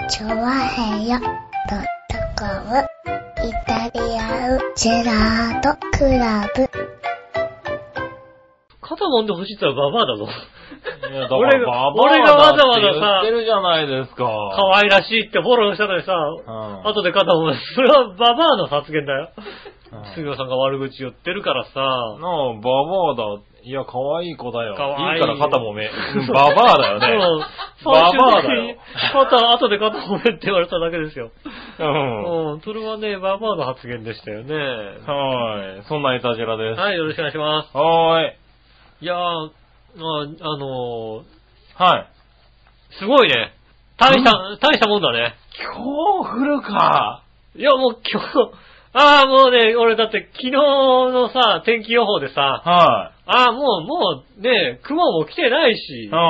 チョワヘヨ.com イタリアンジェラートクラブ。 肩揉んでほしいって言ったらババアだぞ。 いや、だから俺がわざわざさ、 言ってるじゃないですか。 可愛らしいってフォローしたのにさ、後で肩揉んで、それはババアの発言だよ。杉野さんが悪口言ってるからさ。 ババアだ。いや、可愛い子だよ。 可愛い。 いいから肩揉め。ババアだよね。 ババアだよ。後で肩揉めって言われただけですよ。 うん。 それはね、ババアの発言でしたよね。 はい。そんなイタジェラです。 はい、よろしくお願いします。 はーい。 いやー、 はい。 すごいね。大したもんだね。 今日降るか。 いや、もう今日、もうね、俺だって昨日のさ、天気予報でさ、 はい。 もうね、雲も来てないし、 うん。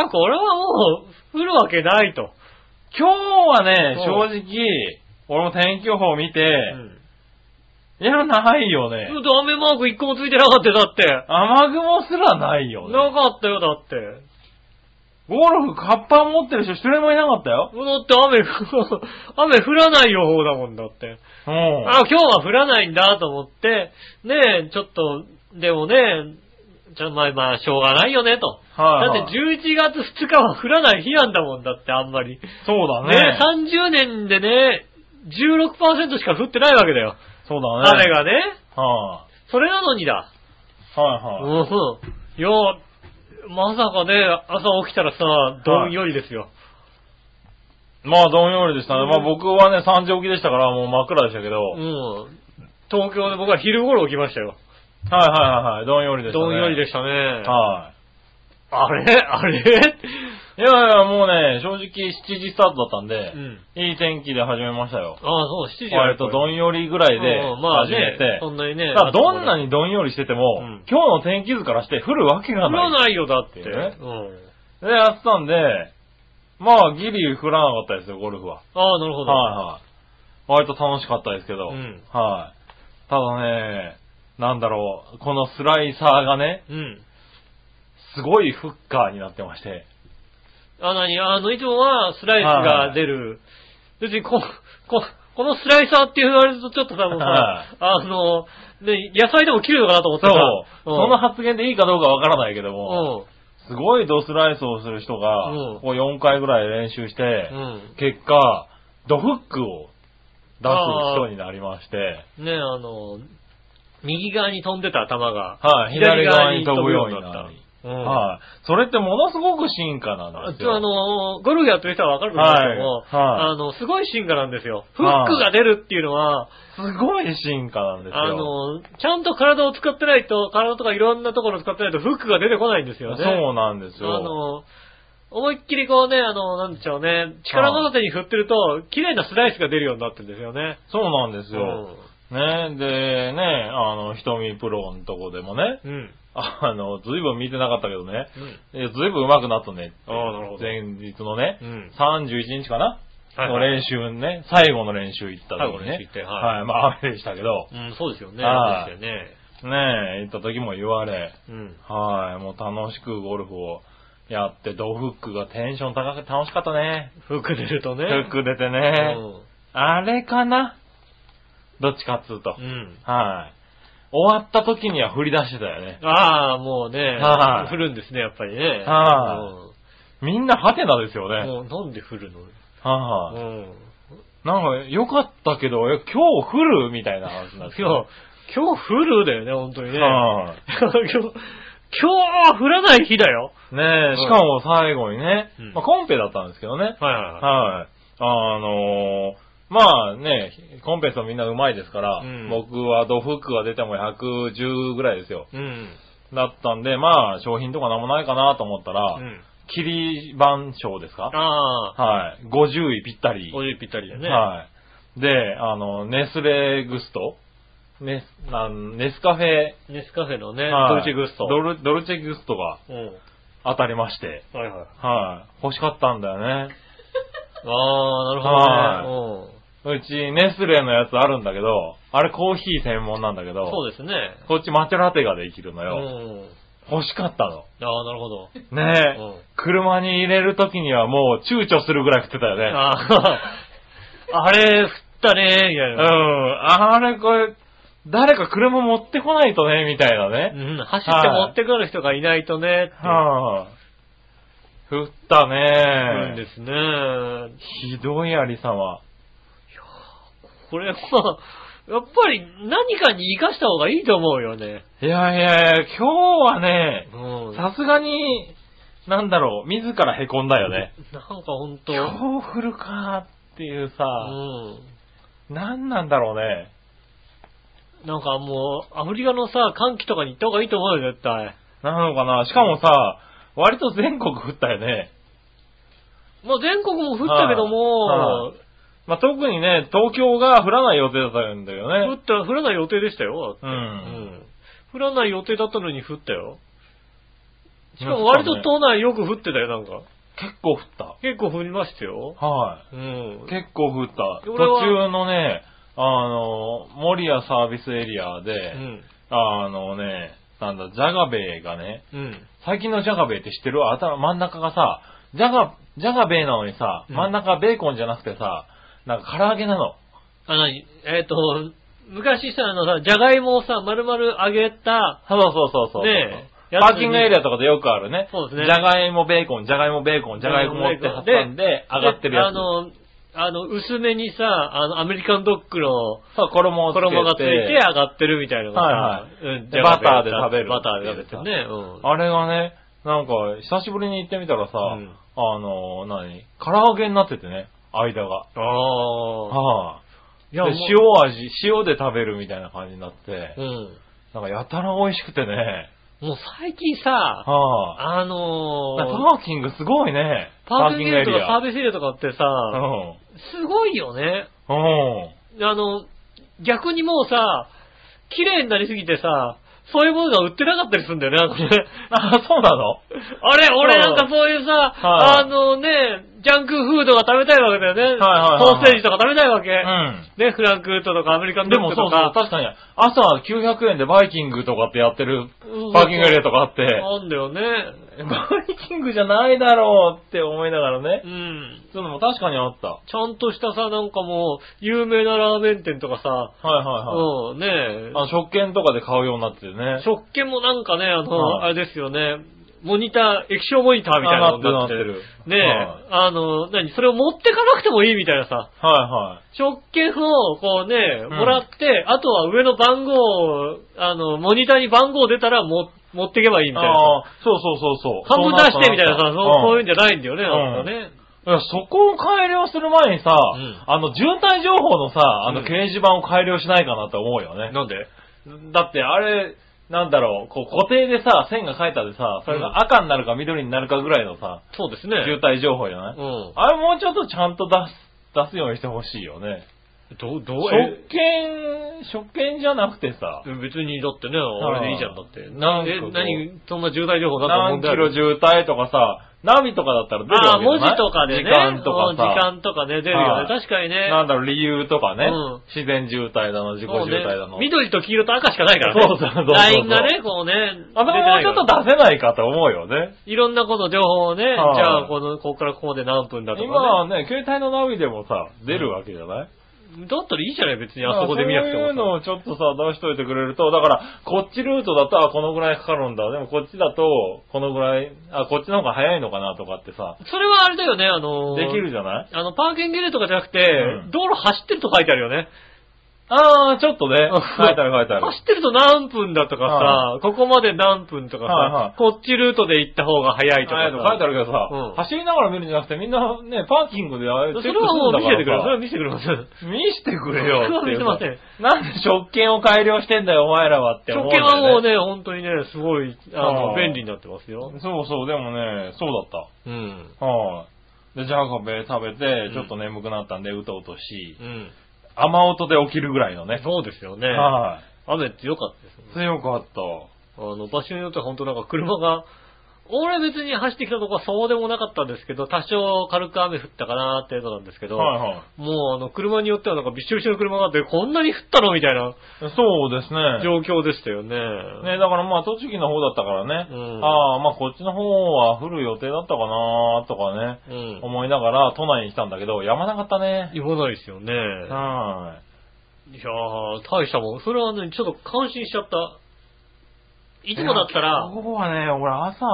これはもう降るわけないと。 今日はね、正直、俺も天気予報見て、いや、ないよね。 雨マーク一個もついてなかったよ、だって。 雨雲すらないよね。 なかったよ、だって。 ゴルフカッパ持ってる人一人もいなかったよ。 だって雨降らない予報だもんだって。今日は降らないんだと思って、ねえ、ちょっと、でもね、まあ、しょうがないよねと。 はい、 だって11月2日は降らない日なんだもんだって、あんまり。 そうだね。 30年でね、16% しか降ってないわけだよ。 そうだね。 雨がね。それなのにだ。 はい。 いや、まさかね、朝起きたらさ、どんよりですよ。 まあ、どんよりでしたね。まあ、僕はね、3時起きでしたから、もう真っ暗でしたけど。 東京で僕は昼頃起きましたよ。 はい。どんよりでしたね。 どんよりでしたね。 はい。 あれいや、もうね、正直7時スタートだったんで、いい天気で始めましたよ。 そう、7時割とどんよりぐらいで始めて、 そんなにね。 どんなにどんよりしてても、今日の天気図からして降るわけがない。 降らないよ、だって。 で、やってたんで、まあ、ギリ降らなかったですよ、ゴルフは。 なるほど。 割と楽しかったですけど、ただね、なんだろう、このスライサーがね、すごいフッカーになってまして。 いつもはスライスが出る。別にこのスライサーって言われるとちょっと多分さ、野菜でも切るのかなと思ってさ。 その発言でいいかどうかわからないけども、すごいドスライスをする人が、こう4回ぐらい練習して、結果、ドフックを出す人になりまして。 ね、右側に飛んでた球が、 左側に飛ぶようになった。それってものすごく進化なんですよ。 ゴルフやってる人はわかるんですけども、すごい進化なんですよ。フックが出るっていうのは、 すごい進化なんですよ。 ちゃんと体を使ってないと、体とかいろんなところを使ってないとフックが出てこないんですよね。 そうなんですよ。 思いっきりこうね、なんでしょうね、力の縦に振ってると、綺麗なスライスが出るようになってるんですよね。 そうなんですよ。ね、で、ね、瞳プロのとこでもね、ずいぶん見てなかったけどね、ずいぶん上手くなったねって。前日のね、31日かなの練習ね、最後の練習行った時にね。まあ雨でしたけど。 そうですよね。 行った時も言われ、もう楽しくゴルフをやって、ドフックがテンション高くて楽しかったね。 フック出るとね。 フック出てね。あれかなどっちかっつうと。終わった時には振り出してたよね。 もうね、振るんですね、やっぱりね。 みんなハテナですよね。 なんで振るの？ なんか、良かったけど、今日降るみたいな話なんですよ。 今日降るだよね、本当にね。今日降らない日だよ。 ねえ、しかも最後にね、コンペだったんですけどね。まあね、コンペストみんな上手いですから、僕はドフックが出ても110ぐらいですよ。だったんで、まあ、商品とかなんもないかなと思ったら、キリ番賞ですか50位ぴったり。 50位ぴったりだね。 で、ネスレグストネスカフェのね、ドルチェグスト。ドルチェグストが当たりまして。欲しかったんだよね。 なるほどね。 うち、ネスレのやつあるんだけど、あれコーヒー専門なんだけど、 そうですね。 こっち抹茶ラテができるのよ。 欲しかったの。 ああ、なるほど。 ねえ、車に入れるときにはもう躊躇するぐらい降ってたよね。 あれ、降ったねみたいな。 あれこれ、誰か車持ってこないとね、みたいなね。 走って持ってくる人がいないとね、 降ったね。 降るんですね。 ひどいありさま。いやこれやっぱり何かに生かした方がいいと思うよね。 いや、今日はね、さすがに、なんだろう、自ら凹んだよね。 なんかほんと。 今日降るかっていうさ、なんなんだろうね。 なんかもう、アフリカのさ、寒気とかに行った方がいいと思うよ、絶対。 なのかな。しかもさ、割と全国降ったよね。 まあ全国も降ったけども、 まあ特にね、東京が降らない予定だったんだよね。 降らない予定でしたよ、だって。降らない予定だったのに降ったよ。しかも割と都内よく降ってたよ、なんか。 結構降った。 結構降りましたよ。 結構降った。途中のね、守谷サービスエリアで、なんだ、ジャガベイがね、最近のジャガベイって知ってる？真ん中がさ、ジャガベイなのにさ、真ん中ベーコンじゃなくてさ、なんか唐揚げなの。 昔さ、じゃがいもをさ、丸々揚げた、 そう。ねえ。パーキングエリアとかでよくあるね。そうですね。じゃがいもベーコン、じゃがいもって挟んで上がってるやつ。 薄めにさ、アメリカンドッグの、 衣がついて上がってるみたいなのがさ、バターで食べる。 バターで食べてね。 あれがね、なんか、久しぶりに行ってみたらさ、唐揚げになっててね、間が。塩で食べるみたいな感じになって、なんかやたら美味しくてね。 もう最近さ、 パーキングすごいね。 パーキングエリアとかサービスエリアとかってさ、すごいよね。逆にもうさ、綺麗になりすぎてさ、そういうものが売ってなかったりするんだよね、 そうなの？ 俺なんかそういうさ、ジャンクフードが食べたいわけだよね。ソーセージとか食べたいわけ。ね、フランクフルトとかアメリカンドッグとか。 確かに、朝900円でバイキングとかってやってるパーキングエリアとかあって。 なんだよね。 バイキングじゃないだろうって思いながらね。そういうのも確かにあった。 ちゃんとしたさ、なんかもう、有名なラーメン店とかさ。食券とかで買うようになってるね。 食券もなんかね、あれですよね。モニター、液晶モニターみたいなのになってる。ねえ、それを持ってかなくてもいいみたいなさ。食券をこうね、もらって、あとは上の番号、モニターに番号出たら持ってけばいいみたいなさ。 そう。 半分出してみたいなさ、そういうんじゃないんだよね、なんかね。 そこを改良する前にさ、渋滞情報のさ、掲示板を改良しないかなと思うよね。 なんで？ だってあれ、なんだろう、こう固定でさ、線が書いたでさ、それが赤になるか緑になるかぐらいのさ、 そうですね。 渋滞情報じゃない？あれもうちょっとちゃんと出すようにしてほしいよね。食券じゃなくてさ。 別にだってね、あれでいいじゃんだって。そんな渋滞情報だと思うんだよ。 何キロ渋滞とかさ、ナビとかだったら出るわけじゃない？ 文字とかでね。時間とかね、出るよね。確かにね。 なんだろう、理由とかね。自然渋滞だの、自己渋滞だの。 緑と黄色と赤しかないからね。 そう。 ラインがね、こうね。 もうちょっと出せないかと思うよね。 いろんなこと情報をね、じゃあここからここで何分だとかね。 今はね、携帯のナビでもさ、出るわけじゃない？ だったらいいじゃない、別にあそこで見なくても。 そういうのをちょっとさ、出しといてくれると、だから、こっちルートだと、このぐらいかかるんだ。でもこっちだと、このぐらい、こっちの方が早いのかなとかってさ。 それはあれだよね、 できるじゃない？ パーキングエリアとかじゃなくて、道路走ってると書いてあるよね。 ちょっとね。書いてある。 走ってると何分だとかさ、ここまで何分とかさ、こっちルートで行った方が早いとかさ。 書いてあるけどさ、走りながら見るんじゃなくて、みんなね、パーキングでチェックするんだから。それはもう見せてくれ。それは見せてくれます。 見せてくれよっていう。 すいません。 なんで食券を改良してんだよ、お前らはって思う。 食券はもうね、本当にね、すごい、便利になってますよ。 そう、でもね、そうだった。で、ジャガベ食べて、ちょっと眠くなったんで、うとうとし、雨音で起きるぐらいのね。 そうですよね。雨強かったですね。 強かった。 場所によっては本当なんか車が、 俺別に走ってきたとこはそうでもなかったんですけど、多少軽く雨降ったかなーっていうのなんですけど、はいはい、もう車によってはなんかびっしょびしょの車があって、こんなに降ったのみたいな。 そうですね。 状況でしたよね。 ね、だからまあ栃木の方だったからね、まあこっちの方は降る予定だったかなーとかね、思いながら都内に来たんだけど、やまなかったね。 やまないですよね。はい。いやー、大したもん。それはね、ちょっと感心しちゃった。いつもだったら。 ここはね、俺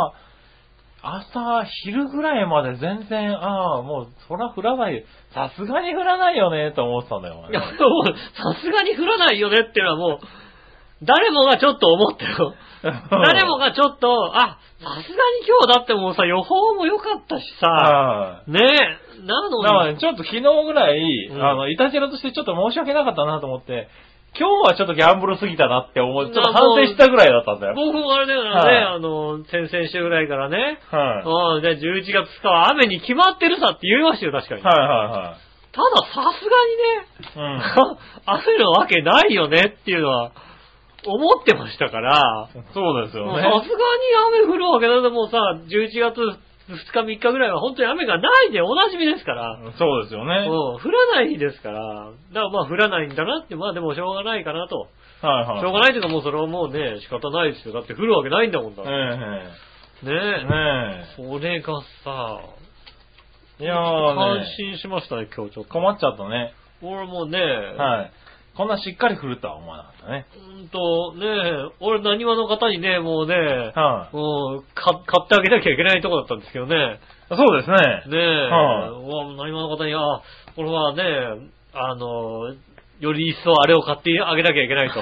朝、昼ぐらいまで全然、もう、そら降らない、さすがに降らないよね、と思ってたんだよ、ね。 いや、さすがに降らないよねっていうのはもう、誰もがちょっと思ったよ。誰もがちょっと、さすがに今日だってもうさ、予報も良かったしさ、ねえ、なのに。 だからね、ちょっと昨日ぐらい、いたじらとしてちょっと申し訳なかったなと思って、今日はちょっとギャンブルすぎたなって思う。ちょっと反省したぐらいだったんだよ。 僕もあれだよね、先々週ぐらいからね。はい。で、11月2日は雨に決まってるさって言いましたよ、確かに。はいはいはい。ただ、さすがにね、雨のわけないよねっていうのは、思ってましたから。 そうですよね。 さすがに雨降るわけなんで、もうさ、11月2日3日ぐらいは本当に雨がないでおなじみですから。 そうですよね。 降らない日ですから。だからまあ降らないんだなって、まあでもしょうがないかなと。はいはい。しょうがないというかもうそれはもうね、仕方ないですよ。だって降るわけないんだもんだ。ねえ。それがさ、いやー、感心しましたね、今日ちょっと。 困っちゃったね。 俺もね、 はい。こんなしっかり降るとは思わなかったね。 俺、何話の方にね、もうね、もう、買ってあげなきゃいけないとこだったんですけどね。 そうですね。 何話の方に、これはね、より一層あれを買ってあげなきゃいけないと。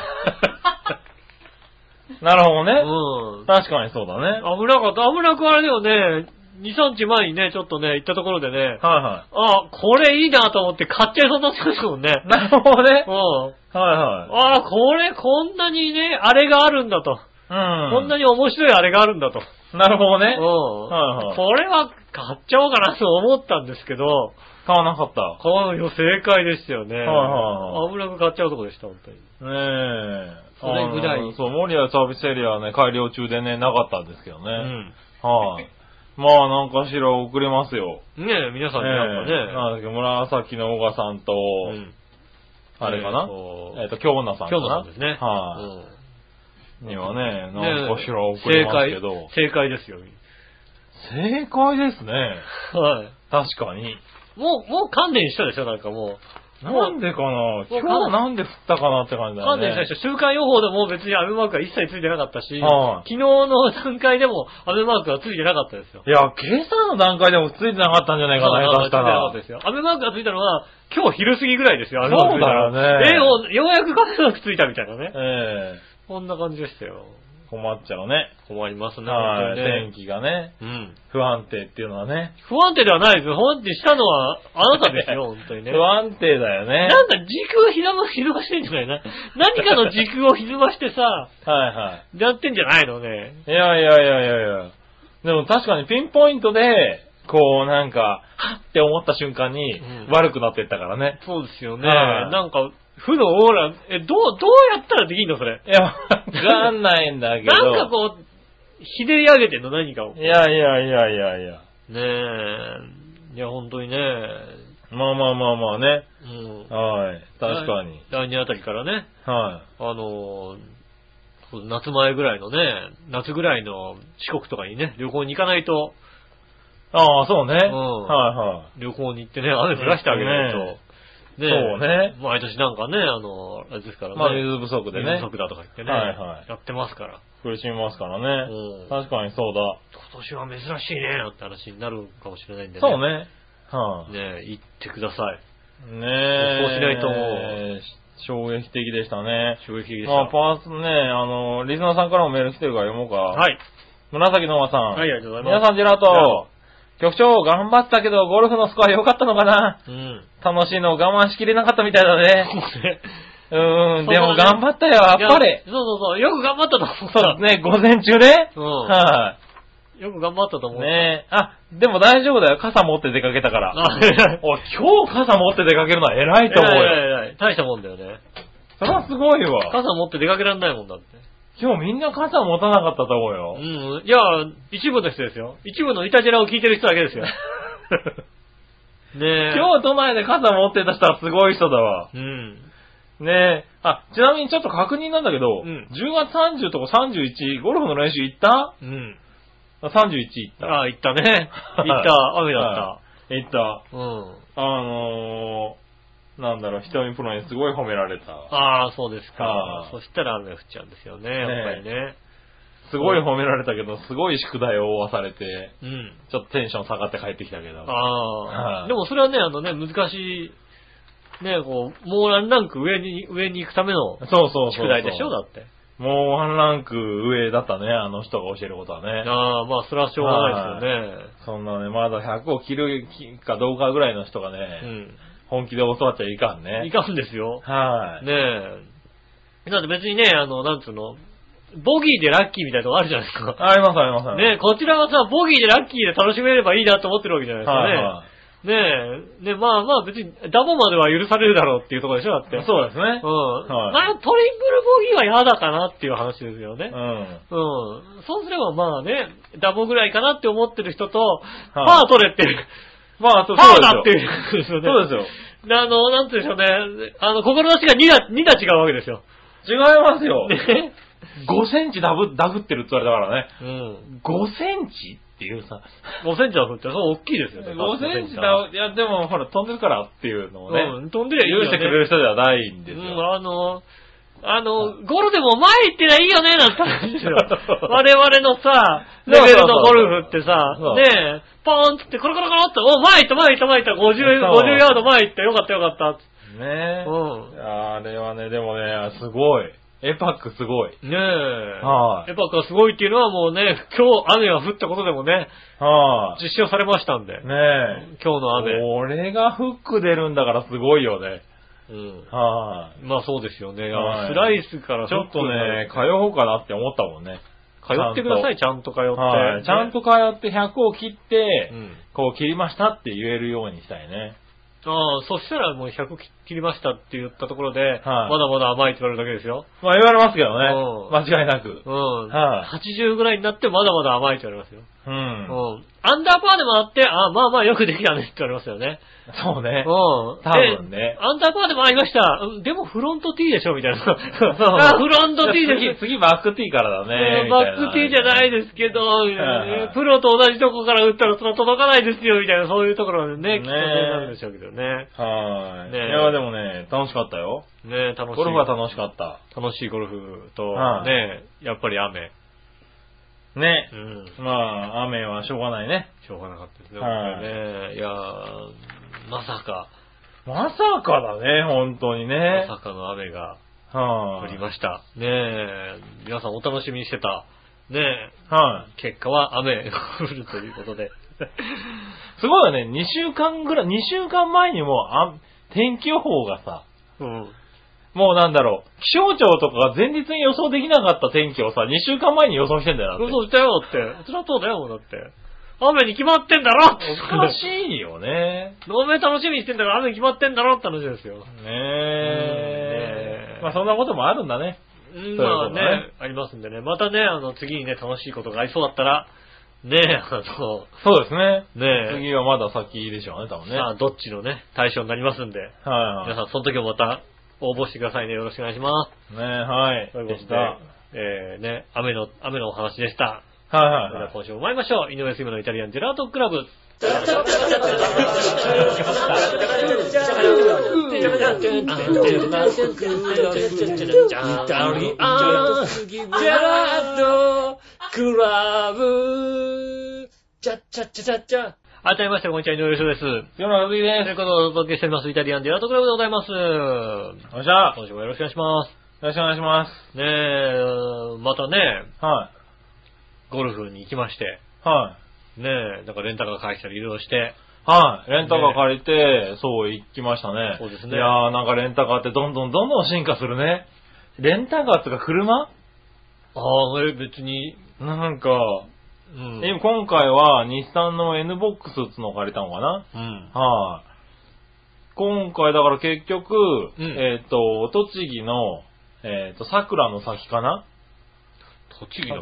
なるほどね。確かにそうだね。 危なくあれだよね。2、3日前にね、ちょっとね、行ったところでね。これいいなと思って買っちゃいそうになってましたもんね。 なるほどね。 これこんなにね、あれがあるんだと。こんなに面白いあれがあるんだと。 なるほどね。 これは買っちゃおうかなと思ったんですけど。 買わなかった。 正解でしたよね。危なく買っちゃうとこでした、本当に。それぐらい。 そう、守谷サービスエリアはね、改良中でね、なかったんですけどね。まあ、なんかしら送れますよ。 ねえ、皆さんになんかね。 なんだっけ、紫の小川さんと、あれかな京女さんかな。 京女さんですね。 にはね、なんかしら送れますけど。 正解ですよ。 正解ですね。 はい。 確かに。 もう観念したでしょ、なんかもう。 なんでかな今日なんで降ったかなって感じだね。 観念したでしょ。週間予報でも別に雨マークが一切ついてなかったし、昨日の段階でも雨マークがついてなかったですよ。 いや、今朝の段階でもついてなかったんじゃないかな、下手したら。 雨マークがついたのは今日昼過ぎぐらいですよ、雨マーク。 そうだよね。 ようやく雨マークついたみたいなね。こんな感じでしたよ。 困っちゃうね。 困りますね。 天気がね。不安定っていうのはね。 不安定ではないですよ。不安定したのはあなたですよ、本当にね。 不安定だよね。 なんか軸を歪ましてんじゃないな。何かの軸を歪ましてさ、やってんじゃないのね。 いや。でも確かにピンポイントで、こうなんか、はって思った瞬間に悪くなってったからね。 そうですよね。なんか、負のオーラ、どうやったらできんのそれ。 いや、わかんないんだけど。 なんかこう、ひねり上げてんの何かを。 いや。ねえ。いや、本当にね。 まあね。はい。確かに。 第2あたりからね。 はい。 夏前ぐらいのね、夏ぐらいの四国とかにね、旅行に行かないと。 そうね。 旅行に行ってね、雨降らしてあげないと。 そうね。 毎年なんかね、あれですからね。 まあ水不足でね。 水不足だとか言ってね。やってますから。 苦しみますからね。確かにそうだ。 今年は珍しいね、って話になるかもしれないんでね。 そうね。 ね行ってください。 ねえ。 そうしないともう。 衝撃的でしたね。 衝撃的でした。 リスナーさんからもメール来てるから読もうか。 はい。 紫のおばさん。 はい、ありがとうございます。 皆さん、ジェラート。局長、頑張ったけど、ゴルフのスコア良かったのかな楽しいのを我慢しきれなかったみたいだね。でも頑張ったよ、やっぱり。 そう。よく頑張ったと思う。 そうですね、午前中ね。 よく頑張ったと思う。 ねでも大丈夫だよ、傘持って出かけたから。今日傘持って出かけるのは偉いと思うよ。 大したもんだよね。 それはすごいわ。 傘持って出かけられないもんだって。 今日みんな傘持たなかったと思うよ。 うん。いや、一部の人ですよ。一部のイタジェラを聞いてる人だけですよ。ねえ。 今日都内で傘持ってた人はすごい人だわ。 うん。 ねえ。ちなみにちょっと確認なんだけど、10月30とか31、ゴルフの練習行った？ うん。 31行った。 行ったね。行った。雨だった。 行った。うん。なんだろう、瞳プロにすごい褒められた。 ああ、そうですか。そしたら雨降っちゃうんですよね、やっぱりね。 すごい褒められたけど、すごい宿題を負わされて、ちょっとテンション下がって帰ってきたけど。 でもそれはね、難しい、ね、こう、もうワンランク上に行くための宿題でしょ、だって。 もうワンランク上だったね、あの人が教えることはね。 まあ、それはしょうがないですよね。 そんなね、まだ100を切るかどうかぐらいの人がね、本気で教わっちゃいかんね。 いかんですよ。 はい。 ねえ。だって別にね、なんつうの、ボギーでラッキーみたいなとこあるじゃないですか。 ありますあります。 ねえ、こちらはさ、ボギーでラッキーで楽しめればいいなと思ってるわけじゃないですかね。ねえ、まあ別にダボまでは許されるだろうっていうところでしょ、だって。 そうですね。 まあトリプルボギーは嫌だかなっていう話ですよね。そうすればまあね、ダボぐらいかなって思ってる人と、パー取れってまあ、そうパーだっていうですよね。 そうですよ。 なんて言うんでしょうね。志が2が違うわけですよ。 違いますよ。ね。5センチダフってるって言われたからね。5センチっていうさ。 5センチダフってそう大きいですよね。 5センチいや、でもほら、飛んでるからっていうのをね。 飛んでりゃいいよね。 許してくれる人ではないんですよ。 ゴルでも前行ってりゃいいよね、なんて話ですよ。我々のさ、レベルのゴルフってさ、ねえ、ポーンってコロコロコロって、前行った、50ヤード前行った、よかった、ねえ。あれはね、でもね、すごい。エパックすごい。 ねえ。エパックがすごいっていうのはもうね、今日雨が降ったことでもね、実証されましたんで。ねえ。今日の雨。 これがフック出るんだからすごいよね。 まあそうですよね。スライスからちょっとね、通おうかなって思ったもんね。 通ってください、ちゃんと通って。 ちゃんと通って100を切って、こう切りましたって言えるようにしたいね。 そしたらもう100切りましたって言ったところで、まだまだ甘いって言われるだけですよ。 まあ言われますけどね。間違いなく。 80ぐらいになってまだまだ甘いって言われますよ。アンダーパーでもあって、まあよくできたねって言われますよね。 そうね。多分ね。 アンダーパーでもありました。でもフロント T でしょみたいな。フロント T で次バック T からだね。 バック T じゃないですけど、プロと同じとこから打ったらそれは届かないですよみたいな、そういうところでね、きっとなんでしょうけどね。 いや、でもね、楽しかったよ。 ね、楽しい。 ゴルフは楽しかった。 楽しいゴルフと、ね、やっぱり雨。 ね。まあ、雨はしょうがないね。 しょうがなかったですね。いやまさかだね、本当にね。 まさかの雨が降りました。ねえ、皆さんお楽しみにしてた。ねえ、結果は雨が降るということで。 すごいよね、2週間前にも天気予報がさ、もうなんだろう、気象庁とかが前日に予想できなかった天気をさ、2週間前に予想してんだよなって。 予想したよって。そりゃそうだよ、だって。雨に決まってんだろって。 おかしいよね。 雨楽しみにしてんだから雨に決まってんだろって話ですよ。 まあそんなこともあるんだね。 まあね、ありますんでね。またね、次にね、楽しいことがありそうだったら、ねそうですね。 ね次はまだ先でしょうね、多分ね。 さあ、どっちのね、対象になりますんで。皆さん、その時もまた、応募してくださいね。よろしくお願いします。 はい。 ということで、ね、雨のお話でした。 では今週も参りましょう。井上杉村のイタリアンジェラートクラブ。改めまして、こんにちは、井上翔です。 よろしくです。 ということで、お届けしております、イタリアンジェラートクラブでございます。 おしゃ。 今週もよろしくお願いします。 よろしくお願いします。 ねえ、またね、ゴルフに行きまして、ねえ、なんかレンタカー返したりいろいろして、 レンタカー借りて、そう行きましたね。 そうですね。 いやー、なんかレンタカーってどんどん進化するね。レンタカーってか車？ 別に。 なんか、今回は日産の N ボックスってのを借りたのかな。今回だから結局、栃木の、桜の先かな。 栃木の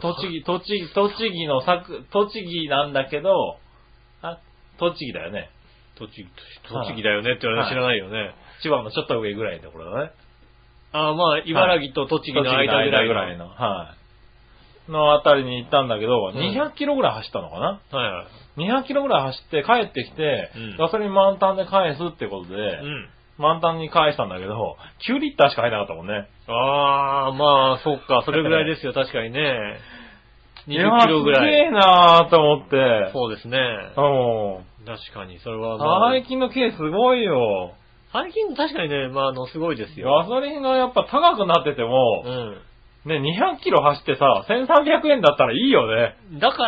栃木なんだけど、栃木だよね。 栃木だよねって言われて知らないよね、はい。 千葉のちょっと上ぐらいのところだね。 まあ、茨城と栃木の間ぐらいの。 はい。のあたりに行ったんだけど、200キロぐらい走ったのかな、 はいはい。 200キロぐらい走って帰ってきて、ガソリン満タンで返すってことで、満タンに返したんだけど、9リッターしか入らなかったもんね。 まあ、そっか、それぐらいですよ、確かにね。20キロぐらい。 すげえなーと思って。 そうですね。確かに、それは最近の軽すごいよ。 最近確かにね、すごいですよ。 ガソリンがやっぱ高くなってても、ね、200キロ走ってさ、1300円だったらいいよね。 だから、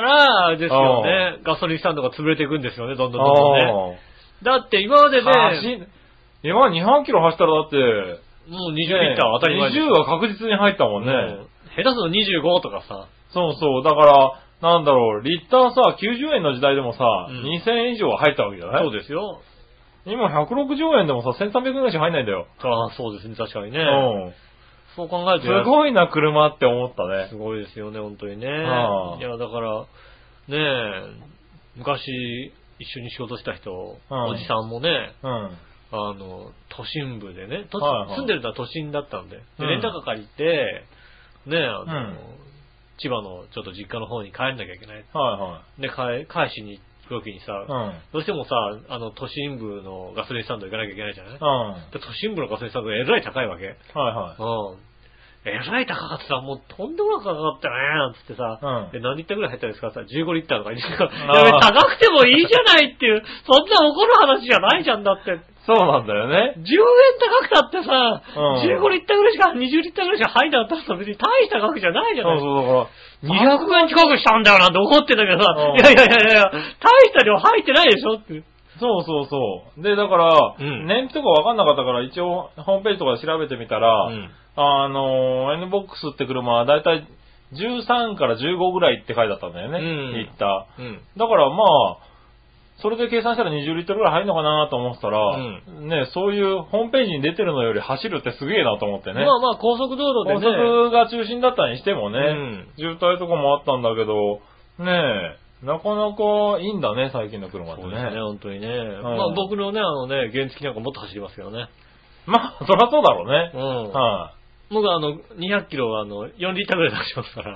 ですよね、ガソリンスタンドが潰れていくんですよね、どんどんね。だって今までね、 今200キロ走ったらだって、 もう20リッター当たり前です。 20は確実に入ったもんね。 下手すると25とかさ。 そうそう、だから、なんだろう、リッターさ、90円の時代でもさ、2000円以上は入ったわけじゃない？ そうですよ。 今160円でもさ、1300円ぐらいしか入んないんだよ。 そうですね、確かにね。そう考えると。 すごいな、車って思ったね。 すごいですよね、本当にね。いや、だから、ね昔、一緒に仕事した人、おじさんもね、都心部でね、住んでるのは都心だったんで、レンタカー借りて、ね、千葉のちょっと実家の方に帰んなきゃいけない。で、返しに行く時にさ、どうしてもさ、都心部のガソリンスタンド行かなきゃいけないじゃない？で都心部のガソリンスタンドがえらい高いわけ。えらい高かったさ、もうとんでもなく高かったね、なんつってさ、何リッターぐらい入ったんですかさ、15リッターとかに高くてもいいじゃないっていう、そんな怒る話じゃないじゃんだって。 そうなんだよね。 10円高くたってさ、15リッターぐらいしか、20リッターぐらいしか入んなかったら別に大した額じゃないじゃない。200円近くしたんだよなんて怒ってんだけどさ、いや、大した量入ってないでしょって。 そう。で、だから、燃費とかわかんなかったから、一応、ホームページとかで調べてみたら、N ボックスって車はだいたい13から15ぐらいって書いてあったんだよね。リッター。だからまあ、それで計算したら20リットルぐらい入るのかなと思ってたら、ね、そういうホームページに出てるのより走るってすげえなと思ってね。 まあ高速道路でね。 高速が中心だったにしてもね、渋滞とかもあったんだけど、ねえ、なかなかいいんだね、最近の車ってね。 そうですね、本当にね。僕のね、原付なんかもっと走りますけどね。 まあ、そりゃそうだろうね。 僕200キロ4リッターぐらい出しますから。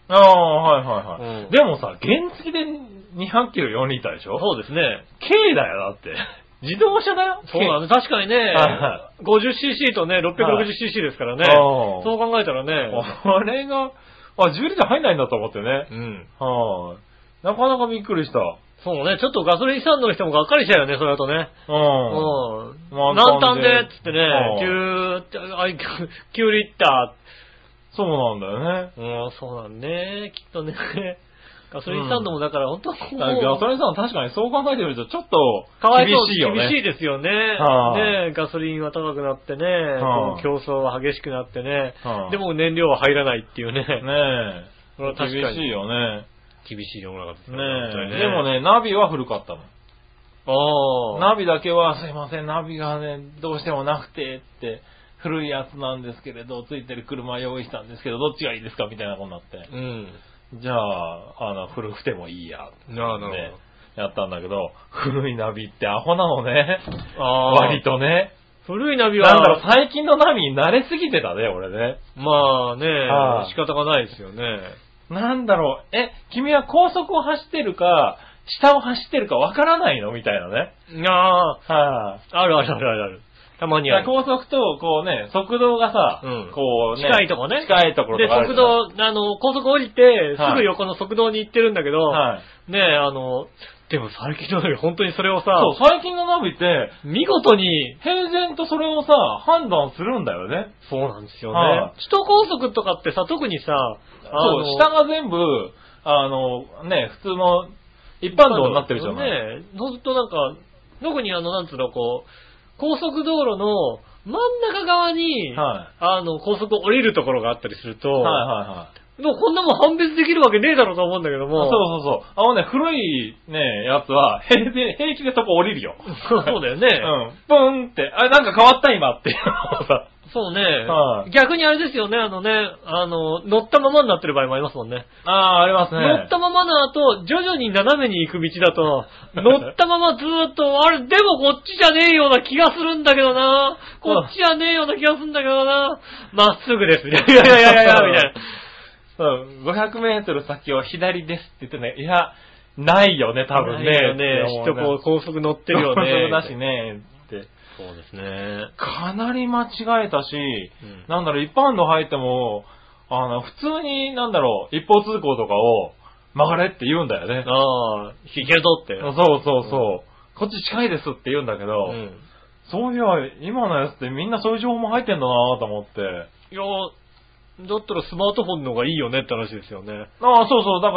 でもさ、原付で200キロ4リッターでしょ？ そうですね。 軽だよ、だって。自動車だよ。 そうなんです。確かにね、50cc とね、660cc ですからね。そう考えたらね。 これが、10リッター入んないんだと思ってね。なかなかびっくりした。 そうね、ちょっとガソリンスタンドの人もがっかりしちゃうよね、それだとね。満タンで、つってね、9リッター。 そうなんだよね。 そうなんね、きっとね。ガソリンスタンドもだから本当ガソリンスタンド確かにそう考えてみるとちょっと厳しいよね。 厳しいですよね。ね、ガソリンは高くなってね、競争は激しくなってね。でも燃料は入らないっていうね。ねえ。厳しいよね。 厳しい世の中ですね。でもね、ナビは古かったの。ナビだけはすいません、ナビがね、どうしてもなくてって、古いやつなんですけれど、ついてる車用意したんですけど、どっちがいいですかみたいなことになって。じゃあ、古くてもいいやってやったんだけど、古いナビってアホなのね。割とね。 古いナビは。 なんだろう、最近のナビに慣れすぎてたね、俺ね。 まあね、仕方がないですよね。 なんだろう、君は高速を走ってるか、下を走ってるかわからないのみたいなね。 ある。たまにある。 高速と、こうね、速度がさ、こうね。 近いとこね。 近いところとかある。 で、高速降りて、すぐ横の速道に行ってるんだけど、ねでも最近のナビ本当にそれをさ、 そう、最近のナビって、 見事に、 平然とそれをさ、判断するんだよね。 そうなんですよね。首都高速とかってさ、特にさ、 そう、下が全部、ね、普通の、一般道になってるじゃない。 ね、ほんとなんか、特になんつうの、こう、高速道路の真ん中側に、高速を降りるところがあったりすると、もうこんなもん判別できるわけねえだろうと思うんだけども。 そう。古いね、やつは、平気でそこ降りるよ。 そうだよね。 ブーンって、なんか変わった今っていうのをさ。 そうね。逆にあれですよね、乗ったままになってる場合もありますもんね。 ありますね。 乗ったままの後、徐々に斜めに行く道だと、乗ったままずーっと、あれ、でもこっちじゃねえような気がするんだけどな。こっちじゃねえような気がするんだけどな。まっすぐです。いや、みたいな。 そう、500メートル先は左ですって言ってね、いや、ないよね、多分ね。ないよね。人こう高速乗ってるよね。 高速だしね、って。 そうですね。 かなり間違えたし、なんだろう、一般道入っても、普通に、なんだろう、一方通行とかを曲がれって言うんだよね。 行けるぞって。 そう。こっち近いですって言うんだけど、そういや、今のやつってみんなそういう情報も入ってんだなと思って。 いや、だったらスマートフォンの方がいいよねって話ですよね。 そう。だから、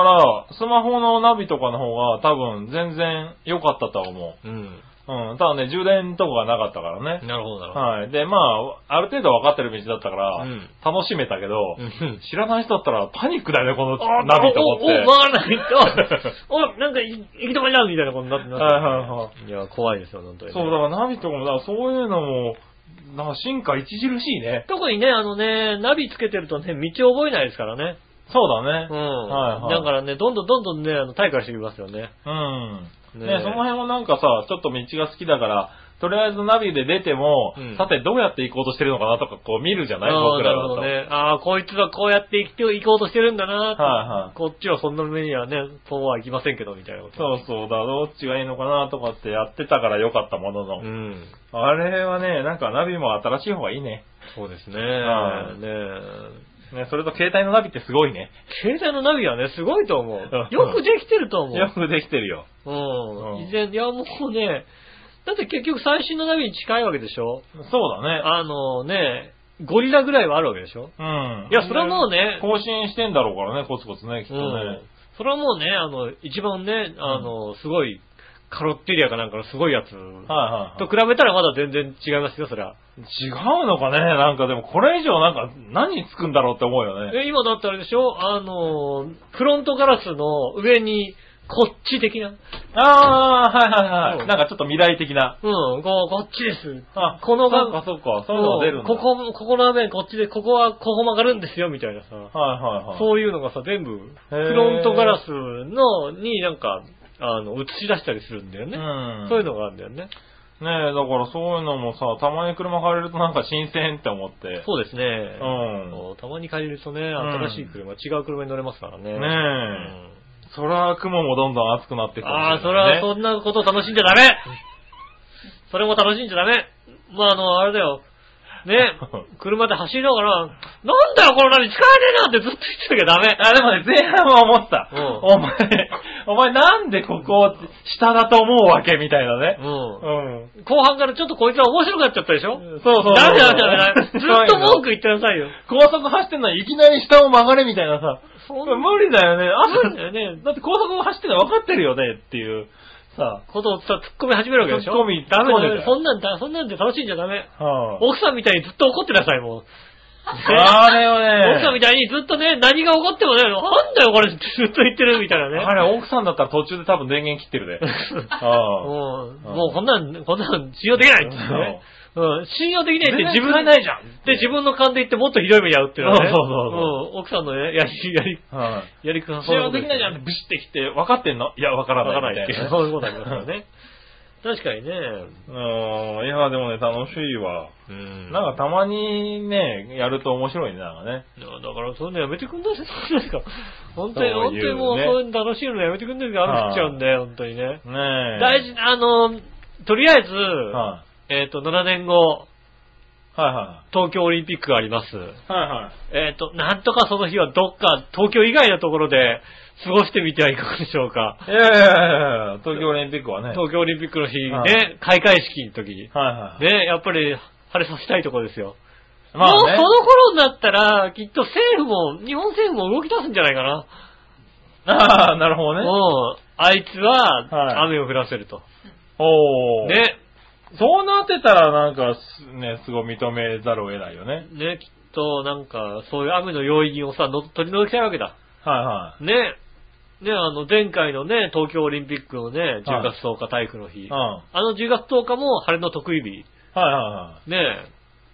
スマホのナビとかの方が多分全然良かったとは思う。ただね、充電とかがなかったからね。 なるほど。 はい。で、まあ、ある程度分かってる道だったから、楽しめたけど、知らない人だったらパニックだよね、このナビと思って。 曲がらないと、なんか行き止まりだみたいなことになってます。いや、怖いですよ、本当に。 そう、だからナビとかも、そういうのも、なんか進化著しいね。 特にね、ナビつけてるとね、道を覚えないですからね。 そうだね。 だからね、どんどんね、退化してきますよね。 ね、その辺もなんかさ、ちょっと道が好きだから、とりあえずナビで出ても、さてどうやって行こうとしてるのかなとかこう見るじゃない僕らだと。 ね。こいつはこうやって行こうとしてるんだなこっちはそんな目にはね、そうは行きませんけど、みたいなこと。 そう、だからどっちがいいのかなとかってやってたからよかったものの。あれはね、なんかナビも新しい方がいいね。 そうですね。 ね、それと携帯のナビってすごいね。 携帯のナビはね、すごいと思う。よくできてると思う。 よくできてるよ。 以前、いやもうね、だって結局最新のナビに近いわけでしょ？ そうだね。ゴリラぐらいはあるわけでしょ？いや、それはもうね。 更新してんだろうからね、コツコツね、きっとね。 それはもうね、一番ね、すごい、カロッテリアかなんかのすごいやつ。と比べたらまだ全然違いますよ、そりゃ。 違うのかね、なんかでもこれ以上なんか何につくんだろうって思うよね。 今だったらあれでしょ？フロントガラスの上に、こっち的な。 はい。なんかちょっと未来的な。 こっちです。 このが、そうか、そういうのが出るんだ。 ここの面こっちで、ここはここ曲がるんですよ、みたいなさ。そういうのがさ、全部、フロントガラスになんか、映し出したりするんだよね。そういうのがあるんだよね。 ねえ、だからそういうのもさ、たまに車借りるとなんか新鮮って思って。 そうですね。たまに借りるとね、新しい車、違う車に乗れますからね。 ねえ。そら、雲もどんどん暑くなってくる、ね。 そら、そんなことを楽しんじゃダメそれも楽しんじゃダメあれだよ。ね、車で走りながら、なんだよこのナビ使えねえなってずっと言ってなきゃダメ。 でもね、前半は思った。お前なんでここ、下だと思うわけみたいなね。 後半からちょっとこいつは面白くなっちゃったでしょ？ そう。 ダメ。ずっと文句言ってなさいよ。 高速走ってんのにいきなり下を曲がれみたいなさ。無理だよね。 無理だよね。 だって高速走ってんの分かってるよねっていう。 ことを突っ込み始めるわけでしょ？ 突っ込み、 ダメだよ。そんなんで楽しんじゃダメ。奥さんみたいにずっと怒ってなさい、もう。 あれよね。 奥さんみたいにずっとね、何が起こってもね、なんだよこれってずっと言ってるみたいなね。 あれ、奥さんだったら途中で多分電源切ってるで。 もうこんなん信用できないってね。信用できないって自分ないじゃん。で、自分の勘で言ってもっとひどい目に遭うっていうのはね。奥さんのやり方。 信用できないじゃんってブシってきて、分かってんの？いや、分からないっていう。 そういうことありますからね。確かにね。 いや、でもね、楽しいわ。なんかたまにね、やると面白いね、なんかね。 だからそういうのやめてくんないですか。本当にもうそういうの楽しいのやめてくんないですか。雨降っちゃうんで、本当にね。大事、とりあえず、7年後、東京オリンピックがあります。なんとかその日はどっか東京以外のところで過ごしてみてはいかがでしょうか。 いや、東京オリンピックはね。 東京オリンピックの日ね、開会式の時に。ね、やっぱり晴れさせたいところですよ。もうその頃になったら、きっと日本政府も動き出すんじゃないかな。 なるほどね。 あいつは雨を降らせると。ね。 そうなってたらなんかね、すごい認めざるを得ないよね。 ね、きっとなんかそういう雨の要因をさ、取り除きたいわけだ。ね、前回のね、東京オリンピックのね、10月10日体育の日。10月10日も晴れの特異日。ね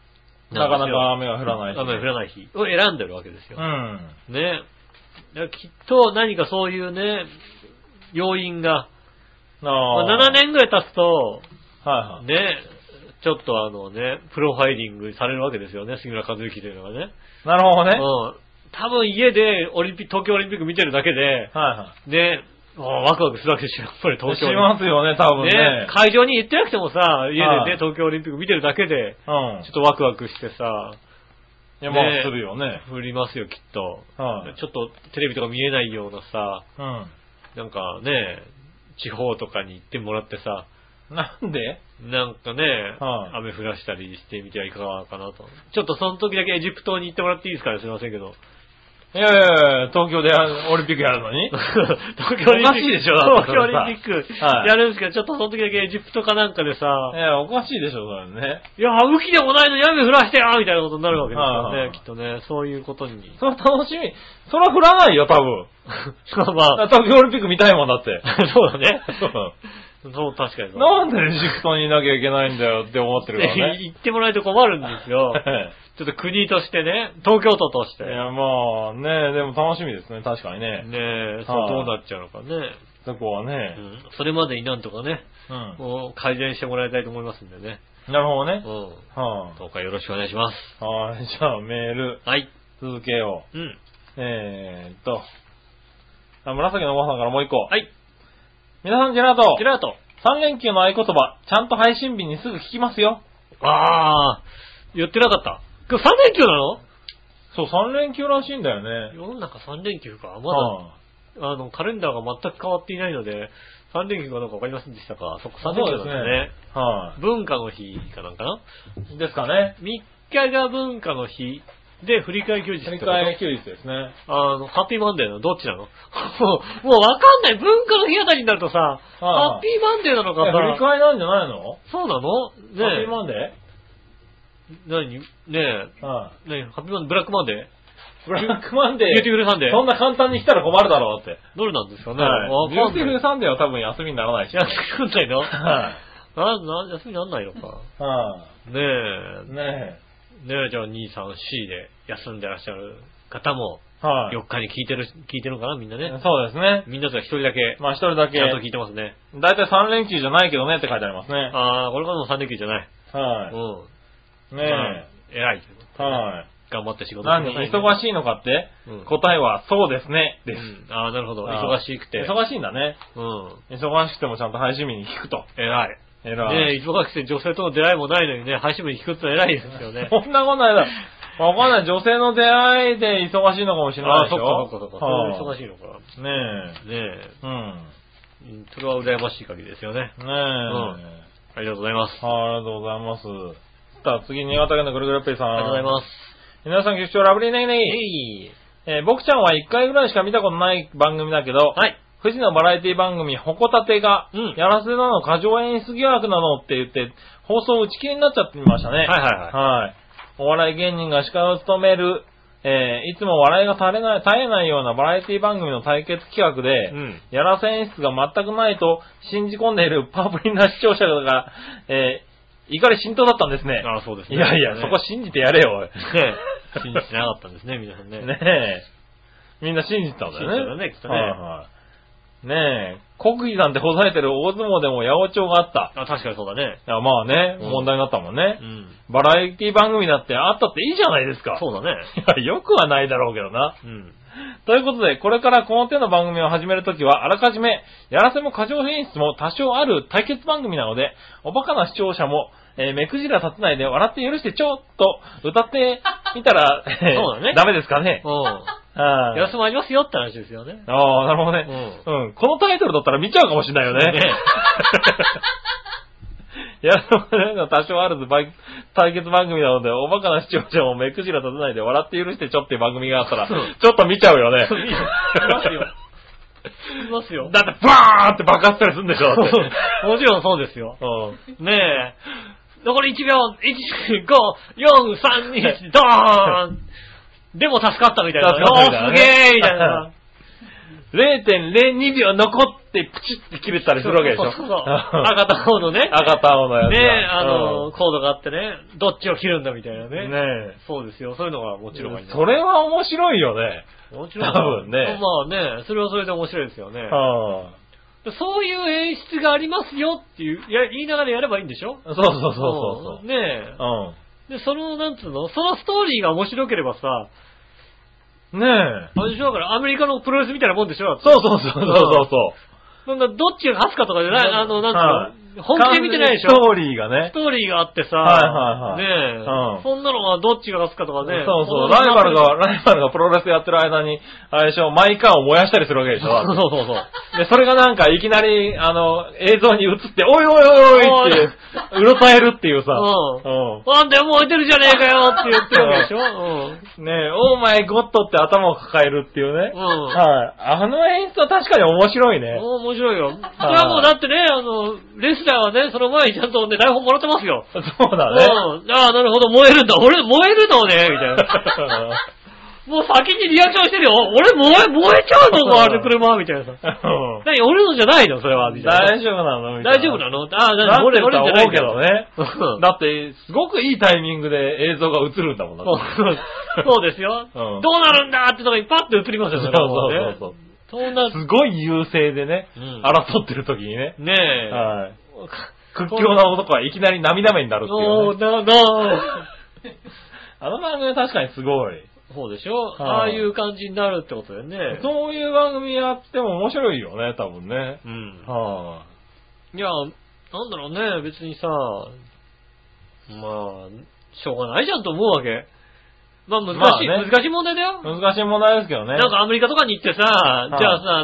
なかなか雨が降らない日。 雨が降らない日を選んでるわけですよ。 うん。 ね。きっと何かそういうね、要因が、7年ぐらい経つと、 はいはい。 ね、ちょっとプロファイリングされるわけですよね、杉村和之というのがね。 なるほどね。 うん。多分家で東京オリンピック見てるだけで、 はいはい。 ね、ワクワクするわけですよ、やっぱり東京。 しますよね、多分ね。 会場に行ってなくてもさ、家でね、東京オリンピック見てるだけで、ちょっとワクワクしてさ、 いや、まあ、するよね。 降りますよ、きっと。ちょっとテレビとか見えないようなさ、なんかね、地方とかに行ってもらってさ、 なんでなんかね、雨降らしたりしてみてはいかがかなと。ちょっとその時だけエジプトに行ってもらっていいですかね、すいませんけど。 いやいや東京でオリンピックやるのに東京オリンピック。おかしいでしょ、東京オリンピックやるんですけど、ちょっとその時だけエジプトかなんかでさ。 いや、おかしいでしょ、それね。 いや、雨季でもないのに雨降らしてよみたいなことになるわけですよね、きっとね。そういうことに。 それ楽しみ。それは降らないよ、多分。まあ。東京オリンピック見たいもんだって。 そうだね。そう、確かに。 なんでエジプトにいなきゃいけないんだよって思ってるからね。 行ってもらえると困るんですよ。ちょっと国としてね、東京都として。 いや、まあね、でも楽しみですね、確かにね。 ねえ、そうどうなっちゃうのかね。 そこはね。 それまでになんとかね、改善してもらいたいと思いますんでね。 なるほどね。 どうかよろしくお願いします。 はい、じゃあメール。 はい。 続けよう。紫のおばさんからもう一個。 はい。 皆さん、ジェラート。 ジェラート。 3連休の合言葉、ちゃんと配信日にすぐ聞きますよ。 言ってなかった。今日3連休なの？ そう、3連休らしいんだよね。 世の中3連休か。まだ、カレンダーが全く変わっていないので、3連休かどうかわかりませんでしたか。そっか、3連休なんですね。 はい。 文化の日かなんかなですかね。 3日が文化の日。で、振り替え休日ってこと？ 振り替え休日ですね。 ハッピーマンデーなのどっちなのもうわかんない。文化の日あたりになるとさ、ハッピーマンデーなのかさ。 振り替えなんじゃないの？ そうなの？ねハッピーマンデー？ 何ねえ。ハッピーマンデー、ブラックマンデー？ ブラックマンデー。 ビューティフルサンデー。 そんな簡単に来たら困るだろうって。 どれなんですかね。 ビューティフルサンデーは多分休みにならないし。 休みにならないの？休みにならないのか。ねえ、じゃあ2、3、4で休んでらっしゃる方も、4日に聞いてるのかな、みんなね。 そうですね。 みんなとは1人だけ。 まあ1人だけ。 ちゃんと聞いてますね。 だいたい3連休じゃないけどねって書いてありますね。 これからも3連休じゃない。 ねえ。偉い。頑張って仕事してください。 忙しいのかって？答えはそうですね。です。 なるほど。忙しくて。 忙しいんだね。忙しくてもちゃんと配信日に聞くと。 偉い。ねえ、忙しくて女性との出会いもないのにね、配信日に聞くってのは偉いですよね。 そんなことないだ。わかんない。女性の出会いで忙しいのかもしれないでしょ。 そっか。忙しいのか。ねえ。それは羨ましい限りですよね。ありがとうございます。 ありがとうございます。さあ、次、新潟県のぐるぐるペイさん。 ありがとうございます。 皆さん、局長、ラブリーネギネギ。僕ちゃんは1回ぐらいしか見たことない番組だけど、富士のバラエティ番組、ホコタテが、やらせなの過剰演出疑惑なのって言って、放送打ち切りになっちゃってみましたね。お笑い芸人が司会を務める、いつも笑いが絶えないようなバラエティ番組の対決企画で、やらせ演出が全くないと信じ込んでいるパープリな視聴者が、怒り浸透だったんですね。 そうですね。 いや、そこ信じてやれよ、おい。 信じてなかったんですね、皆さんね。 みんな信じてたんだよね。 信じてたね、きっとね。 ねえ、国技なんてほざれてる大相撲でも八百長があった。 確かにそうだね。 まあね、問題になったもんね。バラエティ番組だってあったっていいじゃないですか。 そうだね。 いや、よくはないだろうけどな。ということで、これからこの手の番組を始めるときは、あらかじめ、やらせも過剰演出も多少ある対決番組なので、おバカな視聴者も、目くじら立てないで笑って許してちょっと歌ってみたら、そうだね。ダメですかね。 やらせもありますよって話ですよね。 なるほどね。このタイトルだったら見ちゃうかもしれないよね。やらせも多少ある対決番組なので、おバカな視聴者も目くじら立てないで笑って許してちょっていう番組があったら、ちょっと見ちゃうよね。 いますよ。 だってバーンって爆発したりするんでしょ。 もちろんそうですよ。ねえ。残り1秒、1、5、4、3、2、ドーンでも助かったみたいな。すげーみたいな。 0.02 秒残っってプチって切れたりするわけでしょ。 そう。赤と青のね。 赤と青のやつ。 ねコードがあってね、どっちを切るんだみたいなね。ねそうですよ。そういうのがもちろんあります。 それは面白いよね。 もちろん。 多分ね。 まあね、それはそれで面白いですよね。そういう演出がありますよっていう、言いながらやればいいんでしょ？ そう。 ねえ。で、なんつうの？そのストーリーが面白ければさ、 ねえ。 あれでしょ？だからアメリカのプロレスみたいなもんでしょ？ そう。 そんな、どっちが勝つかとかじゃない、なんつうの？本気で見てないでしょ？ ストーリーがね。 ストーリーがあってさ、ねえ、そんなのがどっちが勝つかとかね。 そう。ライバルがプロレスやってる間に、あれでしょ、マイカーを燃やしたりするわけでしょ。そう。で、それがなんかいきなり、映像に映って、おいって、うろたえるっていうさ。 なんだよ、燃えてるじゃねえかよって言ってるわけでしょ。 ねえ、オーマイゴッドって頭を抱えるっていうね。はい。あの演出は確かに面白いね。 面白いよ。それはもうだってね、レスラーはね、その前にちゃんとね、台本もらってますよ。 そうだね。 ああ、なるほど、燃えるんだ。俺、燃えるのね、みたいな。もう先にリアクションしてるよ。俺、燃えちゃうのか、あれ車、みたいなさ。何、俺のじゃないのそれは、みたいな。 大丈夫なのみたいな。 大丈夫なの俺じゃないけどね。だって、すごくいいタイミングで映像が映るんだもんな。 そうですよ。どうなるんだってとこにパッと映りますよ、 そう。すごい優勢でね、争ってる時にね。 ねえ。 はい。屈強な男はいきなり涙目になるっていうね。あの番組確かにすごい。 そうでしょ、ああいう感じになるってことだよね。 そういう番組やっても面白いよね、多分ね。 いや、なんだろうね、別にさ、まあ、しょうがないじゃんと思うわけ。まあ難しい問題だよ。 難しい問題ですけどね。 なんかアメリカとかに行ってさ、じゃあさ、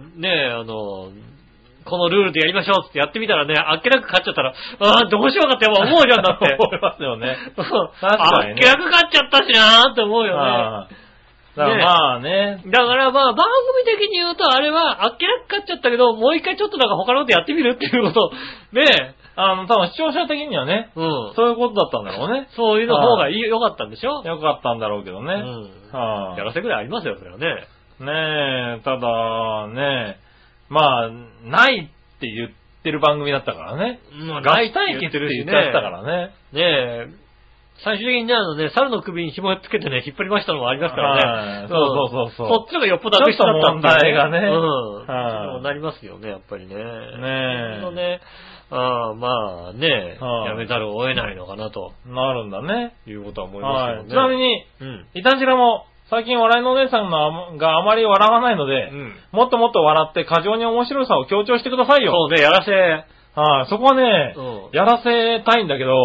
このルールでやりましょうってやってみたらね、あっけなく勝っちゃったら、どうしようかって思うじゃんだって。 思いますよね。 確かにね。あっけなく勝っちゃったしなーって思うよね。 だからまあね。 だからまあ番組的に言うとあれはあっけなく勝っちゃったけど、もう一回ちょっとなんか他のことやってみるっていうこと、ね。 多分視聴者的にはね、そういうことだったんだろうね。 そういうの方が良かったんでしょ？ 良かったんだろうけどね。 やらせぐらいありますよ、それはね。 ねえ、ただね、まあ、ないって言ってる番組だったからね。ガチ対決って言ってたからね。 ねえ、最終的にね、猿の首に紐をつけてね、引っ張りましたのもありますからね。 そう。 そっちのがよっぽど悪質だった問題がね。 そうなりますよね、やっぱりね。ねまあね、やめざるを得ないのかなと。 なるんだね。 いうことは思いますけどね。 ちなみに、いたじらも、最近笑いのお姉さんがあまり笑わないので、もっともっと笑って過剰に面白さを強調してくださいよ。 そうね、やらせ。 そこはね、やらせたいんだけど、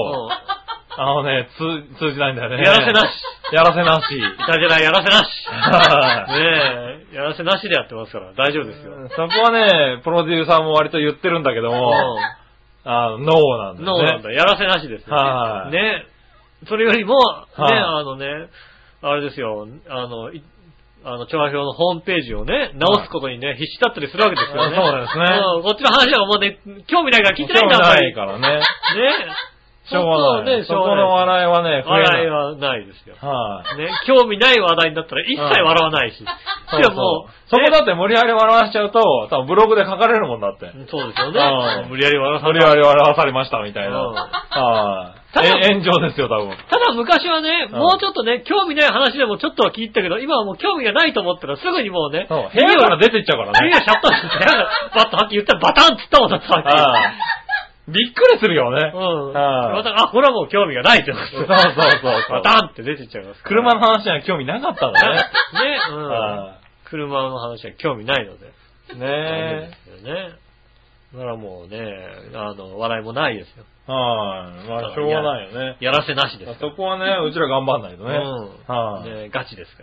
通じないんだよね。 やらせなし。 やらせなし。 いたじらやらせなし。ねえ、やらせなしでやってますから大丈夫ですよ。 そこはね、プロデューサーも割と言ってるんだけども、ノーなんだよね。 ノーなんだ。やらせなしですよ。ね。それよりも、ね、あれですよ、調和表のホームページをね、直すことにね、必死だったりするわけですよね。 そうですね。 こっちの話はもうね、興味ないから聞いてないんだ興味ないからね。 ね。 しょうがない。そこの笑いはね、 笑いはないですよ。ね、興味ない話題になったら一切笑わないし。 そこだって無理やり笑わしちゃうと、多分ブログで書かれるもんだって。 そうですよね。無理やり笑わされましたみたいな。炎上ですよ、多分。 ただ昔はね、もうちょっとね、興味ない話でもちょっとは聞いたけど、今はもう興味がないと思ったらすぐにもうね、 部屋から出ていっちゃうからね。 部屋シャッターして、部屋がバッとはっきり言ったらバタンって言ったもんだったわけ。 びっくりするよね。 これはもう興味がないってこと。 そう。 バタンって出ていっちゃいます。 車の話には興味なかったんだね。 車の話は興味ないので。 ねえ。だからもうね、笑いもないですよ。 まあ、しょうがないよね。 やらせなしです。 そこはね、うちら頑張んないとね。 ガチですから。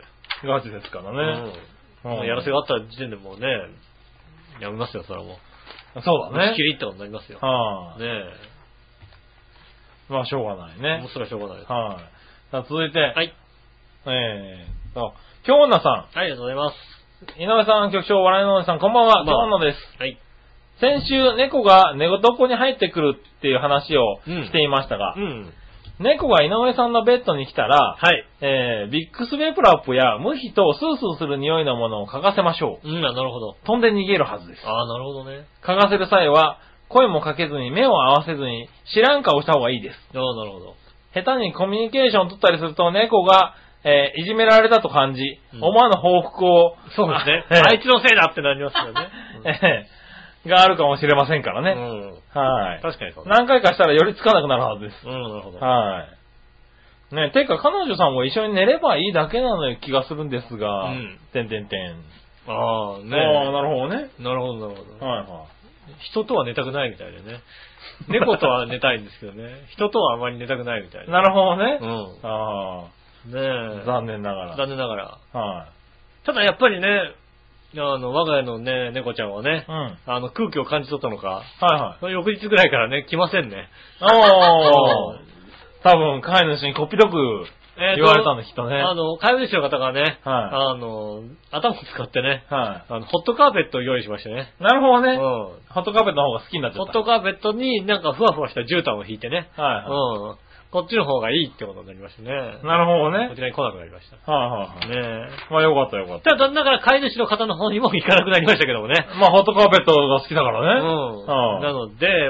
ガチですからね。 やらせがあった時点でもうね、やめますよ、それはもう。 そうだね。 仕切りってことになりますよ。ねまあ、しょうがないね。 もうそれはしょうがないです。 さあ、続いて。 はい。 京女さん。 ありがとうございます。 井上さん、局長、笑いのおじさん、こんばんは。京女です。 はい。 先週、猫が寝床に入ってくるっていう話をしていましたが、 猫が井上さんのベッドに来たら、 はい。 ビックスベプラップや無比とスースーする匂いのものを嗅がせましょう。 なるほど。 飛んで逃げるはずです。 なるほどね。 嗅がせる際は、声もかけずに目を合わせずに知らん顔した方がいいです。 なるほど。 下手にコミュニケーションを取ったりすると猫が、いじめられたと感じ、思わぬ報復を、 そうですね。あいつのせいだってなりますよね。 があるかもしれませんからね。はい。 確かにそう。 何回かしたらよりつかなくなるはずです。 なるほど。 はい。ね、てか彼女さんも一緒に寝ればいいだけなのよ気がするんですが、 ね。 なるほどね。 なるほど。 はい。 人とは寝たくないみたいでね。猫とは寝たいんですけどね。人とはあまり寝たくないみたいな。なるほどね。 ねえ。 残念ながら。 はい。ただやっぱりね、我が家のね、猫ちゃんはね、空気を感じ取ったのか、翌日ぐらいからね、来ませんね。 多分、飼い主にこっぴどく言われたんだ、きっとね。 飼い主の方がね、頭を使ってね、ホットカーペットを用意しましたね。 なるほどね。ホットカーペットの方が好きになっちゃった。 ホットカーペットになんかふわふわした絨毯を引いてね、こっちの方がいいってことになりましたね。 なるほどね。 こちらに来なくなりました。 ねえ。よかった。 ただ、だから飼い主の方の方にも行かなくなりましたけどもね。 ホットカーペットが好きだからね。 なので、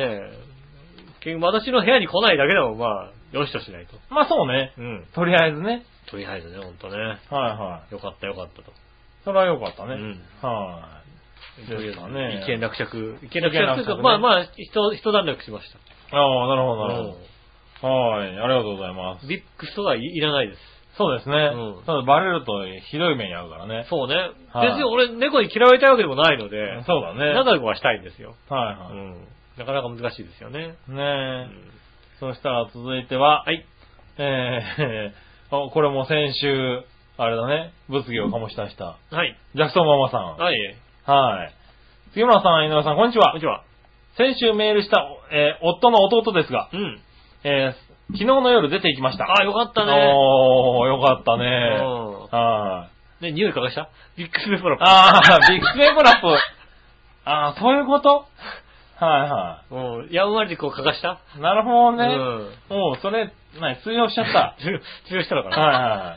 私の部屋に来ないだけでもよしとしないと。 そうね。とりあえずね。 ほんとね。よかったと。 それはよかったね。 というのね。一件落着というか、一段落しました。 なるほど。はい、ありがとうございます。 ビックスとはいらないです。 そうですね。ただバレるとひどい目に遭うからね。 そうね。別に俺猫に嫌われたいわけでもないので。 そうだね。 仲良くはしたいんですよ。 なかなか難しいですよね。 そしたら続いては、これも先週、あれだね、物議を醸し出した。ジャクソンママさん。杉村さん、井上さん、こんにちは。先週メールした、夫の弟ですが、昨日の夜出て行きました。 よかったね。 よかったね。 匂い嗅がしたビックスベプラップ。ビックスベプラップ。そういうことやんわりで嗅がしたなるほどね。それ、通用しちゃった。 通用したのかな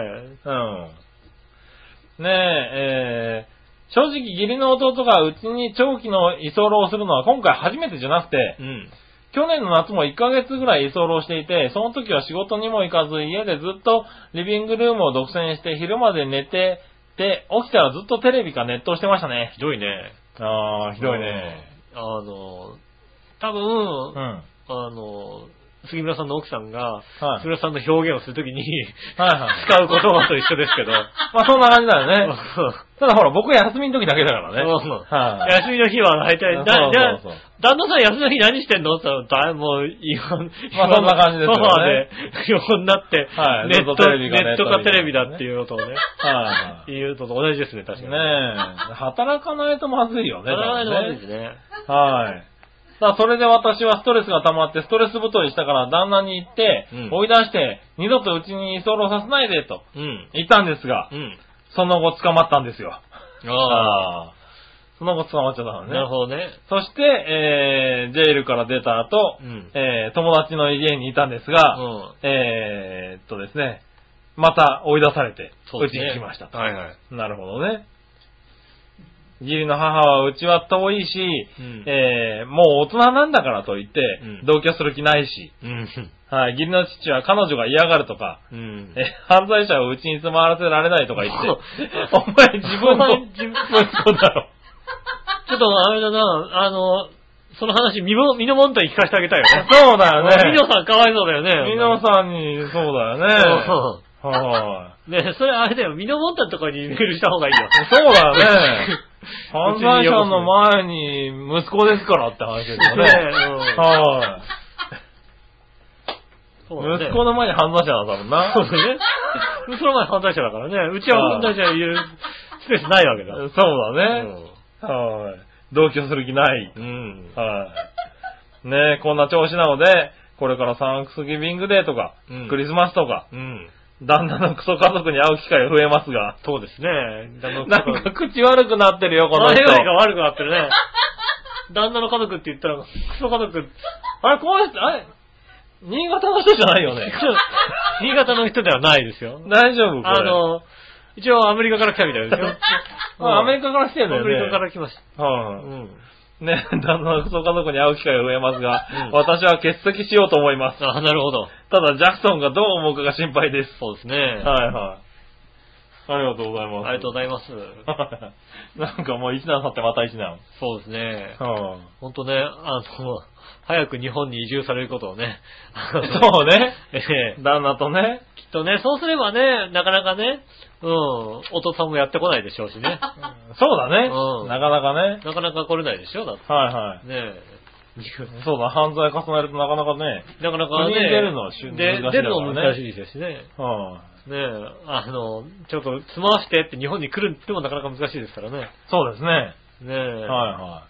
正直義理の弟がうちに長期の居候をするのは今回初めてじゃなくて、去年の夏も1ヶ月ぐらい居候していて、その時は仕事にも行かず家でずっとリビングルームを独占して昼まで寝て、で、起きたらずっとテレビかネットをしてましたね。 ひどいね。 ひどいね。 多分、杉村さんの奥さんが、杉村さんの表現をするときに、使う言葉と一緒ですけど。 そんな感じだよね。ただほら、僕休みの時だけだからね。 休みの日は大体、旦那さん休みの日何してんのって言ったら、もう、 そんな感じですよね。 ソファーで、横になって、ネットかテレビだっていうのとね。いうのと同じですね、確かに。 働かないとまずいよね。 働かないとまずいですね。 それで私はストレスが溜まってストレス太りしたから旦那に言って、追い出して二度とうちに居候させないでと言ったんですが、その後捕まったんですよ。その後捕まっちゃったのね。 なるほどね。 そして、ジェイルから出た後、友達の家にいたんですが、ですね、また追い出されて、うちに来ましたと。なるほどね。義理の母はうちは遠いし、もう大人なんだからと言って、同居する気ないし、義理の父は彼女が嫌がるとか、犯罪者をうちに住まわせられないとか言って、お前自分の息子だろ。 ちょっとあれだな、その話、ミノモンタに聞かせてあげたいよね。 そうだよね。 ミノさんかわいそうだよね。 ミノさんに、そうだよね。 ねそれあれだよ、ミノモンタとかにメールした方がいいよ。 そうだよね。犯罪者の前に息子ですからって話ですよね。息子の前に犯罪者なんだもんな。 そうだね。息子の前に犯罪者だからね。うちは犯罪者言えるスペースないわけだ。 そうだね。同居する気ない。ねこんな調子なので、これからサンクスギビングデーとか、クリスマスとか、旦那のクソ家族に会う機会が増えますが。 そうですね。 なんか口悪くなってるよ、この人。 何が悪くなってるね。旦那の家族って言ったら、クソ家族。 あれ、この人、 新潟の人じゃないよね。 新潟の人ではないですよ。 大丈夫これ一応アメリカから来たみたいですよ。 アメリカから来てるんだよね。 アメリカから来ました。 はい、ね、旦那のクソ家族に会う機会が増えますが、私は欠席しようと思います。 あ、なるほど。 ただ、ジャクソンがどう思うかが心配です。 そうですね。 はいはい。ありがとうございます。 ありがとうございます。 なんかもう一難去ってまた一難。 そうですね。ほんとね、早く日本に移住されることをね。 そうね。旦那とね。 きっとね、そうすればね、なかなかね、お父さんもやってこないでしょうしね。 そうだね。なかなかね。 なかなか来れないでしょ、だって。 はいはい。 ねそうだ、犯罪重ねるとなかなかね。 なかなかね。 出るのは難しいですね。 出るの難しいですしね。ねちょっと済ましてって日本に来るってもなかなか難しいですからね。 そうですね。 ねはいはい。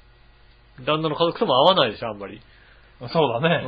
旦那の家族とも合わないでしょ、あんまり。 そうだね。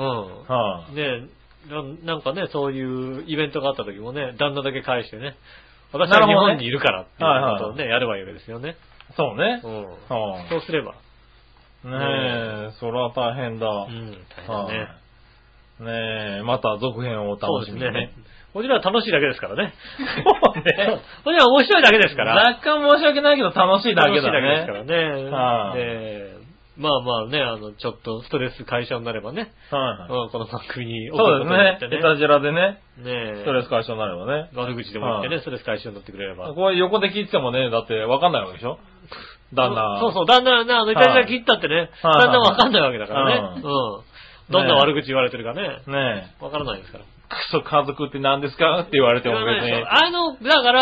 なんかね、そういうイベントがあった時もね、旦那だけ返してね。私は日本にいるからっていうことをね、やればいいわけですよね。 そうね。 そうすれば。 ねえ、それは大変だ。大変だね。 ねえ、また続編をお楽しみにね。 こちらは楽しいだけですからね。そうね。こちらは面白いだけですから。 若干申し訳ないけど楽しいだけだね。楽しいだけですからね。まあまあね、ちょっとストレス解消になればね。この番組に送ることによってね。そうですね。エタジェラでね。 ねストレス解消になればね。 悪口でも言ってね、ストレス解消になってくれれば。 これ横で聞いててもね、だってわかんないわけでしょ旦那。 そう、旦那、エタジェラ切ったってね、旦那わかんないわけだからね。どんな悪口言われてるかね。わからないですから。 クソ家族って何ですかって言われても別に。 だから、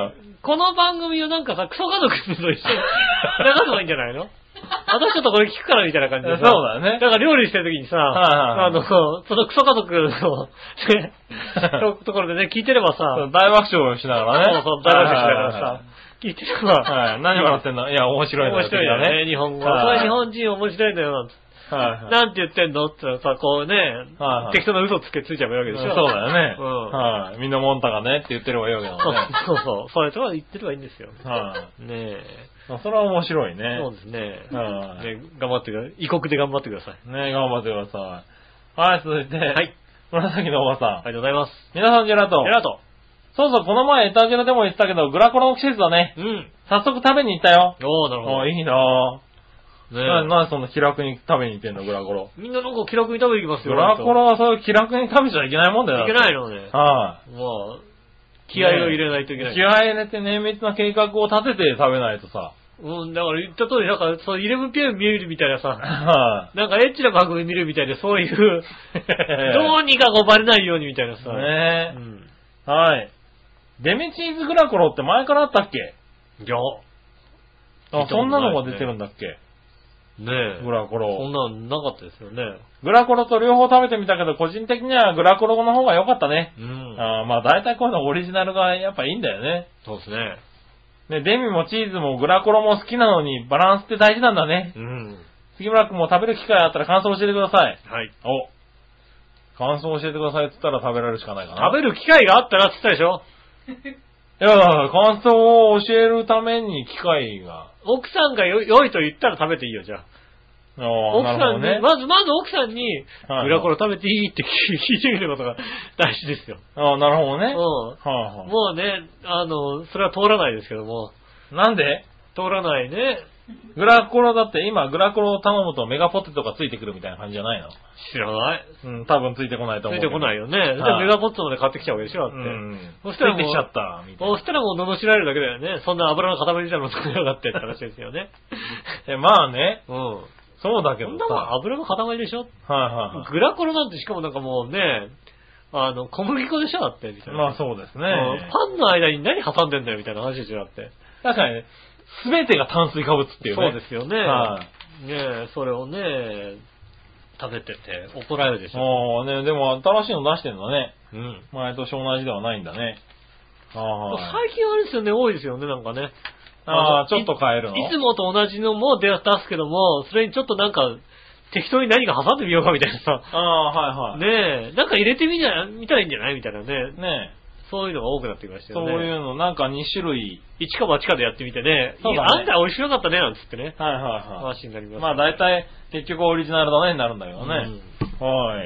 この番組をなんかさ、クソ家族と一緒に流せばいいんじゃないの私ちょっとこれ聞くからみたいな感じでさ。 そうだね。 だから料理してる時にさ、そのクソ家族の、ところでね、聞いてればさ、 大爆笑しながらね。 そう、大爆笑しながらさ、聞いてれば。 何笑ってんのいや、面白いんだよ。 面白いよね、日本語。それ日本人面白いんだよ、なんて言ってんのってさ、こうね、適当な嘘ついちゃえばいいわけでしょ。 そうだよね。みんなもんたがねって言ってればいいわけだもんね。 そう。それとは言ってればいいんですよ。ねえ。 それは面白いね。 そうですね。頑張ってください。異国で頑張ってください。 ね頑張ってください。はい、続いて。はい。紫のおばさん。 ありがとうございます。 皆さんジェラート。 ジェラート。 そう、この前エタジェラでも言ってたけど、グラコロの季節だね。早速食べに行ったよ。 なるほど。 いいなぁ。なんでそんな気楽に食べに行ってんの、グラコロ。 みんななんか気楽に食べに行きますよ。 グラコロはそういう気楽に食べちゃいけないもんだよ。 いけないのね。まあ、気合を入れないといけない。 気合入れて綿密な計画を立てて食べないとさ。 だから言った通り、なんか、そう、11PM 見るみたいなさ、なんかエッチな番組見るみたいで、そういう、どうにかバレないようにみたいなさ。 はい。デミチーズグラコロって前からあったっけ？ いや。 そんなのが出てるんだっけ？ ねえ。 グラコロ。 そんなのなかったですよね。 グラコロと両方食べてみたけど、個人的にはグラコロの方が良かったね。まあ大体こういうのオリジナルがやっぱいいんだよね。 そうですね。 ね、デミもチーズもグラコロも好きなのにバランスって大事なんだね。杉村君も食べる機会あったら感想教えてください。 はい。 感想教えてくださいって言ったら食べられるしかないかな。 食べる機会があったらって言ったでしょいや、感想を教えるために機会が。 奥さんが良いと言ったら食べていいよ、じゃあ。奥さんに、ね、まず奥さんに、グラコロ食べていいって聞いてみることが大事ですよ。 なるほどね。 もうね、それは通らないですけども。 なんで？ 通らないね。 グラコロだって今グラコロを頼むとメガポテトがついてくるみたいな感じじゃないの？ 知らない。 多分ついてこないと思う。 ついてこないよね。でメガポテトまで買ってきちゃうわけでしょだって。 そしたらついてきちゃったみたいな。 そしたらもう罵られるだけだよね。そんな油の塊みたいなの作りやがってって話ですよね。 まあね。そうだけどさ。 そんなもん油の塊でしょ？グラコロなんてしかもなんかもうね、小麦粉でしょだってみたいな。 まあそうですね。 パンの間に何挟んでんだよみたいな話でしょだって。 確かにね。すべてが炭水化物っていうね。 そうですよね。ねえ、それをね、食べてて怒られるでしょ。 ね、でも新しいの出してんだね。毎年同じではないんだね。 最近あれですよね、多いですよね、なんかね。 ちょっと変えるの？ いつもと同じのも出すけども、それにちょっとなんか、適当に何か挟んでみようかみたいなさ。ねえ、なんか入れてみたらいいんじゃないみたいなね。ねえ。そういうのが多くなってきましたよね。 そういうの、なんか2種類。 一か八かでやってみてね。そうだね。あんた美味しくなかったね、なんつってね。話になります。 まあ大体、結局オリジナルだね、になるんだけどね。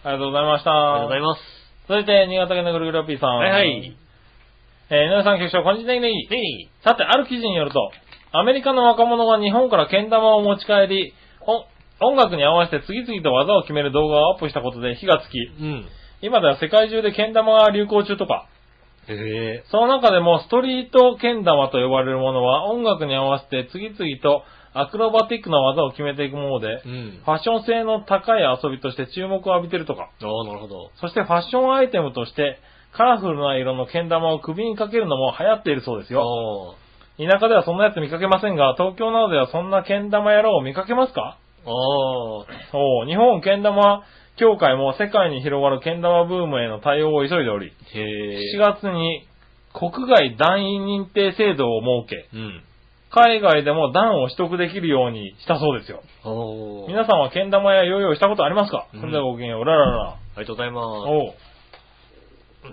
ありがとうございました。 ありがとうございます。 続いて、新潟県のぐるぐる P さん。 はいはい。井上さん局長、こんにちは。さて、ある記事によると、アメリカの若者が日本からけん玉を持ち帰り、音楽に合わせて次々と技を決める動画をアップしたことで火がつき、今では世界中でけん玉が流行中とか。その中でもストリートけん玉と呼ばれるものは音楽に合わせて次々とアクロバティックな技を決めていくもので、ファッション性の高い遊びとして注目を浴びているとか。 なるほど。 そしてファッションアイテムとしてカラフルな色のけん玉を首にかけるのも流行っているそうですよ。田舎ではそんなやつ見かけませんが、東京などではそんなけん玉野郎を見かけますか？日本けん玉協会も世界に広がるけん玉ブームへの対応を急いでおり、7月に国外団員認定制度を設け、海外でも団を取得できるようにしたそうですよ。皆さんはけん玉やヨーヨーしたことありますか？それではごきげんよう。ありがとうございます。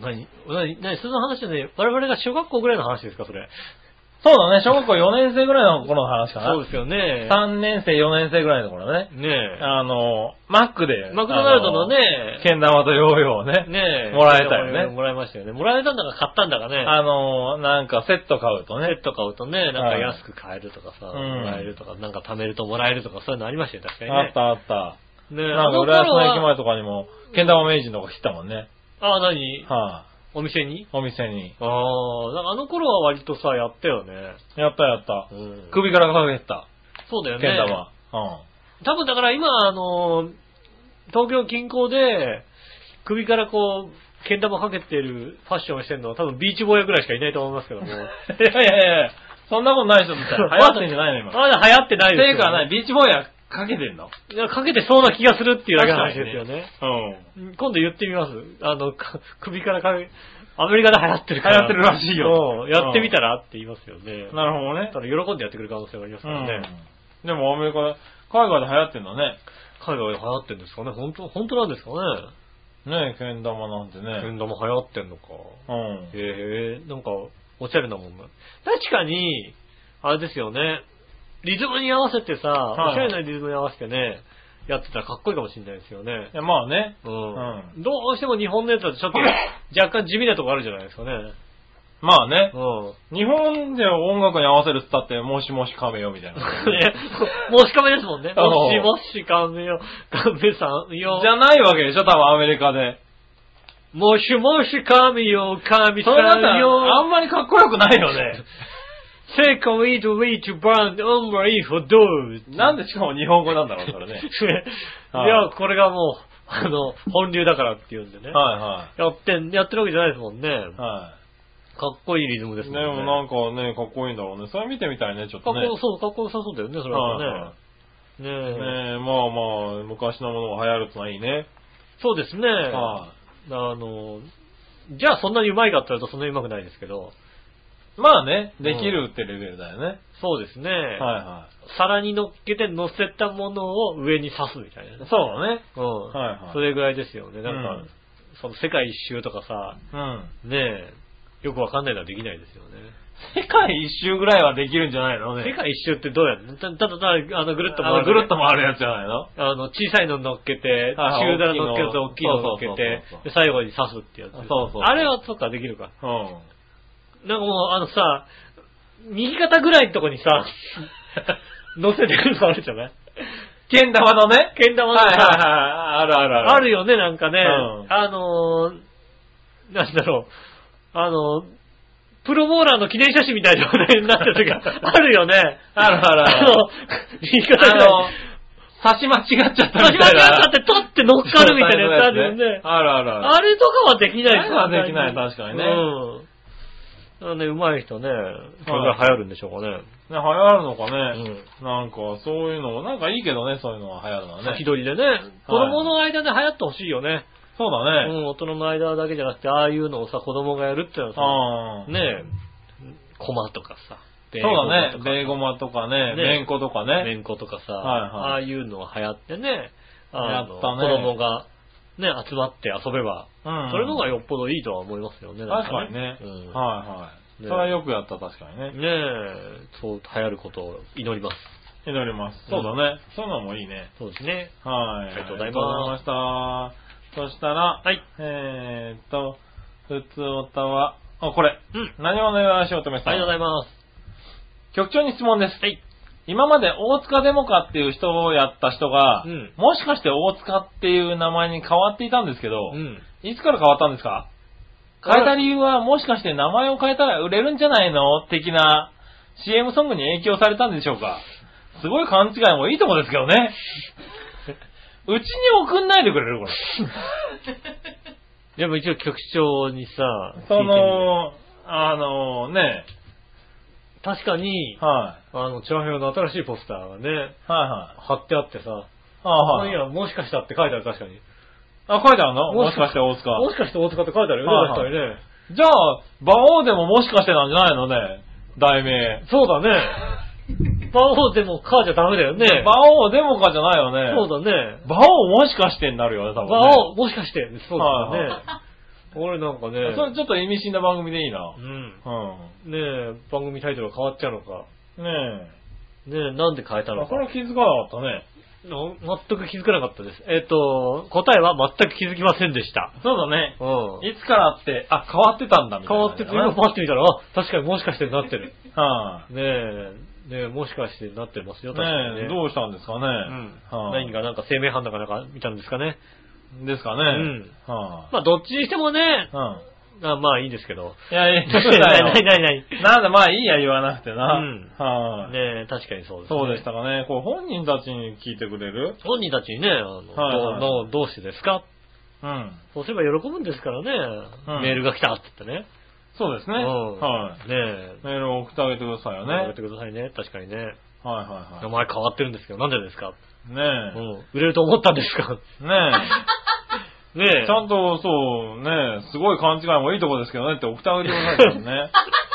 何その話はね、我々が小学校ぐらいの話ですか、それ。 そうだね、小学校4年生ぐらいの頃の話かな。 そうですよね。 3年生、4年生ぐらいの頃ね。マックで。 マクドナルドのね、 けん玉とヨーヨーをね。もらえたよね。 もらいましたよね。もらえたんだか買ったんだかね。 なんかセット買うとね。 セット買うとね、なんか安く買えるとかさ、もらえるとか、なんか貯めるともらえるとか、そういうのありましたよ、確かにね。 あった。ね、なんか浦安の駅前とかにも、けん玉名人とか来たもんね。 何？お店に。 なんかあの頃は割とさ、やったよね。 やった。首からかけてた。 そうだよね。 けん玉。 多分だから今、東京近郊で、首からこう、けん玉かけてるファッションをしてるのは多分ビーチボーイぐらいしかいないと思いますけども。いや、そんなことない人だったら流行ってんじゃないの今。 まだ流行ってないですよ。 ていうかビーチボーイはかけてんの？ いや、かけてそうな気がするっていうだけの話ですよね。今度言ってみます。首からアメリカで流行ってるから。 流行ってるらしいよ。 やってみたらって言いますよね。 なるほどね。 ただ喜んでやってくる可能性がありますからね。 でもアメリカで、海外で流行ってんだね。 海外で流行ってんですかね。本当なんですかね。 ねえ、けん玉なんてね。 けん玉流行ってんのか。なんか、おしゃれなもんだ。確かに、あれですよね。リズムに合わせてさ、おしゃれなリズムに合わせてね、やってたらかっこいいかもしれないですよね。 いや、まあね。 どうしても日本のやつだとちょっと若干地味なとこあるじゃないですかね。 まあね。日本で音楽に合わせるって言ったって、もしもし亀よみたいな。 もし亀ですもんね。もしもし亀よ、亀さんよ。 じゃないわけでしょ、多分アメリカで。 もしもし亀よ、亀さんよ。 それだったらあんまりかっこよくないよね。 Second way to burn only for those. なんでしかも日本語なんだろう、それね。 いや、これがもう、本流だからっていうんでね。やってるわけじゃないですもんね。かっこいいリズムですね。 でもなんかね、かっこいいんだろうね。それ見てみたいね、ちょっとね。 かっこよさそうだよね、それはね。 ねえ、まあ、昔のものが流行るとはいいね。 そうですね。じゃあそんなに上手いかって言うとそんなに上手くないですけど。 まあね、できるってレベルだよね。 そうですね。皿に乗っけて乗せたものを上に刺すみたいな。 そうだね。 それぐらいですよね。なんか、その世界一周とかさ、ねえ、よくわかんないのはできないですよね。 世界一周ぐらいはできるんじゃないのね。 世界一周ってどうやるの？ただぐるっと回る。 ぐるっと回るやつじゃないの？ 小さいの乗っけて、中段乗っけると大きいの乗っけて、最後に刺すってやつ。あれはそっかできるか。なんかもうさ、右肩ぐらいのとこにさ、乗せてくるのあるじゃない？ けん玉のね。 けん玉のさ、 ある。 あるよね、なんかね。なんだろう。プロボーラーの記念写真みたいな状態になってる時があるよね。 ある。 右肩ぐらい。 差し間違っちゃったみたいな。 差し間違っちゃって取って乗っかるみたいなやつあるよね。 ある。 あれとかはできないですよね。できない、確かにね。 上手い人ね、それが流行るんでしょうかね。 流行るのかね。なんか、そういうのも、なんかいいけどね、そういうのが流行るのはね。 先取りでね。子供の間で流行ってほしいよね。 そうだね。 大人の間だけじゃなくて、ああいうのをさ、子供がやるっていうのはさ、ねコマとかさ。 そうだね。ベーゴマとかね。めんことかね。 めんことかさ、ああいうのが流行ってね。 やったね。 子供がね、集まって遊べば、それの方がよっぽどいいとは思いますよね。 確かにね。それはよくやった確かにね。 そう流行ることを祈ります。 祈ります。そうだね。そういうのもいいね。 そうですね。 ありがとうございました。 そしたら、 はい。 普通おたは、これ。何者よらしおとめさん。 ありがとうございます。 局長に質問です。 はい。 今まで大塚デモカっていう人をやった人が、もしかして大塚っていう名前に変わっていたんですけど、いつから変わったんですか？変えた理由はもしかして名前を変えたら売れるんじゃないの的な CM ソングに影響されたんでしょうか？すごい勘違いもいいとこですけどね。うちに送んないでくれるこれ。 でも一応局長にさ、 ね、 確かに、 はい。 チャーヘヨの新しいポスターがね、 はいはい。 貼ってあってさ、 はい。 いや、もしかしたって書いてある、確かに。 あ、書いてあるの？もしかして大塚。 もしかして大塚って書いてあるよね、確かにね。 じゃあ、馬王でももしかしてなんじゃないのね、題名。 そうだね。馬王でもかじゃダメだよね。 馬王でもかじゃないよね。 そうだね。 馬王もしかしてになるよね、多分、ね。 馬王もしかして。そうだね。俺なんかね。 それちょっと意味深な番組でいいな。 ねえ、番組タイトルが変わっちゃうのか。 ねえ、なんで変えたのか。 それは気づかなかったね。 全く気づかなかったです。答えは全く気づきませんでした。 そうだね。いつからって、変わってたんだみたいな。 変わってて、今パッて見たら、確かにもしかしてなってる。ねえ、もしかしてなってますよ、確かにね。 どうしたんですかね。 何かなんか生命反応かなんか見たんですかね。 ですかね。 まあ、どっちにしてもね、まあいいですけど。 いや、ない。なんだ、まあいいや、言わなくてな。 ねえ、確かにそうですね。そうでしたかね。こう、本人たちに聞いてくれる？ 本人たちにね、どうしてですか？そうすれば喜ぶんですからね。メールが来たって言ってね。 そうですね。はい。 ねえ。 メールを送ってあげてくださいよね。 送ってくださいね。確かにね。 はい。 名前変わってるんですけど、なんでですか？ ねえ。 売れると思ったんですか？ ねえ。ねえ。ちゃんと、そう、ねえ、すごい勘違いもいいとこですけどねって送ってあげてくださいよね。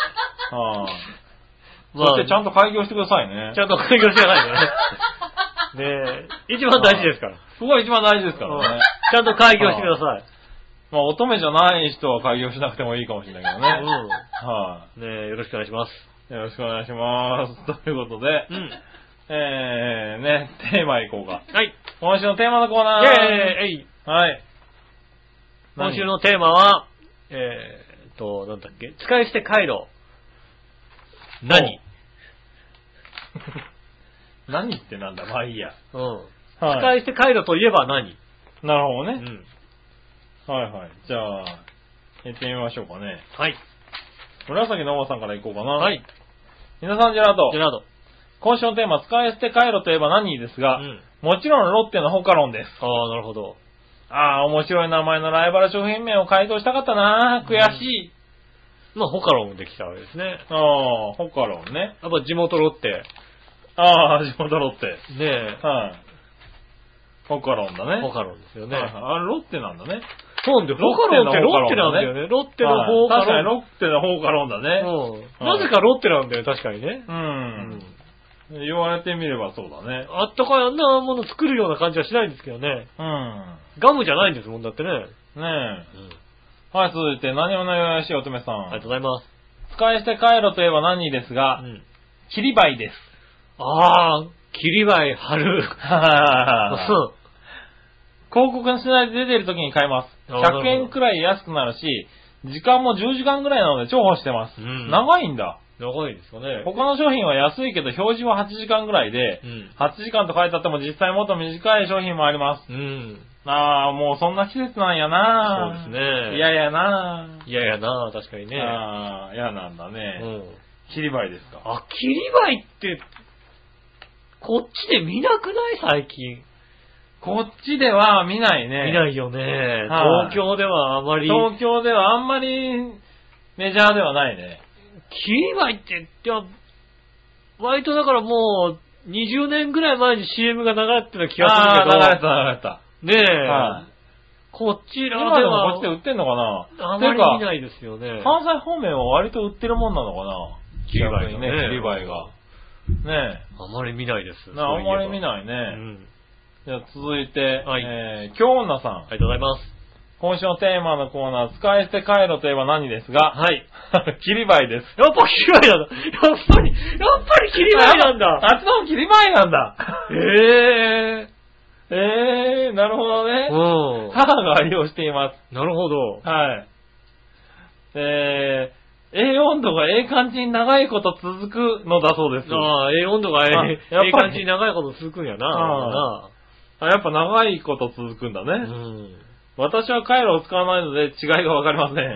そしてちゃんと開業してくださいね。 ちゃんと開業してくださいね。ねえ。一番大事ですから。 そこが一番大事ですからね。 ちゃんと開業してください。 まあ、乙女じゃない人は開業しなくてもいいかもしれないけどね。 ねえ、よろしくお願いします。 よろしくお願いします。ということで、ね、テーマいこうか。 はい。 今週のテーマのコーナー。はい。 今週のテーマは、なんだっけ、使い捨てカイロ。何何ってなんだ、まあいいや。 使い捨てカイロといえば何？ なるほどね。はい。じゃあ、やってみましょうかね。 はい。 紫のおばさんからいこうかな。 はい。 皆さん、ジェラート。 ジェラート。 今週のテーマ、使い捨てカイロといえば何ですが、もちろんロッテのホカロンです。 なるほど。 面白い名前のライバル商品名を改造したかったな。悔しい。 まあ、ホカロンできたわけですね。 ホカロンね。 やっぱ地元ロッテ。 地元ロッテ。 ねえ。 ホカロンだね。 ホカロンですよね。 ロッテなんだね。 そうなんだよ。ホカロンってロッテなんだよね。ロッテのホカロン。 確かにロッテのホカロンだね。 なぜかロッテなんだよ、確かにね。 言われてみればそうだね。 あったかいあんなもの作るような感じはしないんですけどね。ガムじゃないんですもん、だってね。 はい、続いて、何もないよしい乙女さん。 ありがとうございます。 使い捨てカイロといえば何ですが、切り灰です。 切り灰貼る。 広告のしないで出てる時に買います。100円くらい安くなるし、時間も10時間くらいなので重宝してます。長いんだ。 長いですかね。 他の商品は安いけど表示は8時間くらいで、8時間と書いてあっても実際もっと短い商品もあります。もうそんな季節なんやな。 そうですね。 嫌やな。 確かにね。 嫌なんだね。切り灰ですか。 切り灰って、こっちで見なくない最近。 こっちでは見ないね。 見ないよね。東京ではあまりメジャーではないね。 切り灰って、割とだからもう、20年ぐらい前に CM が流れてた気がするけど。 流れた。 ねえ。こちらでは。 今でもこっちで売ってんのかな。 あまり見ないですよね。 関西方面は割と売ってるもんなのかな。 切り灰ね。切り灰が。ねえ。 あまり見ないです。 あまり見ないね。じゃあ続いて、京女さん。 ありがとうございます。 今週のテーマのコーナー、使い捨てカイロといえば何ですが、切り灰です。 やっぱ切り灰なんだ。やっぱり切り灰なんだ。 あっちの方切り灰なんだ。 なるほどね。 うん。 母が愛用しています。 なるほど。 はい。温度が感じに長いこと続くのだそうです。 ああ、温度が感じに長いこと続くんやな。 やっぱ長いこと続くんだね。うん。私はカイロを使わないので違いがわかりません。うん。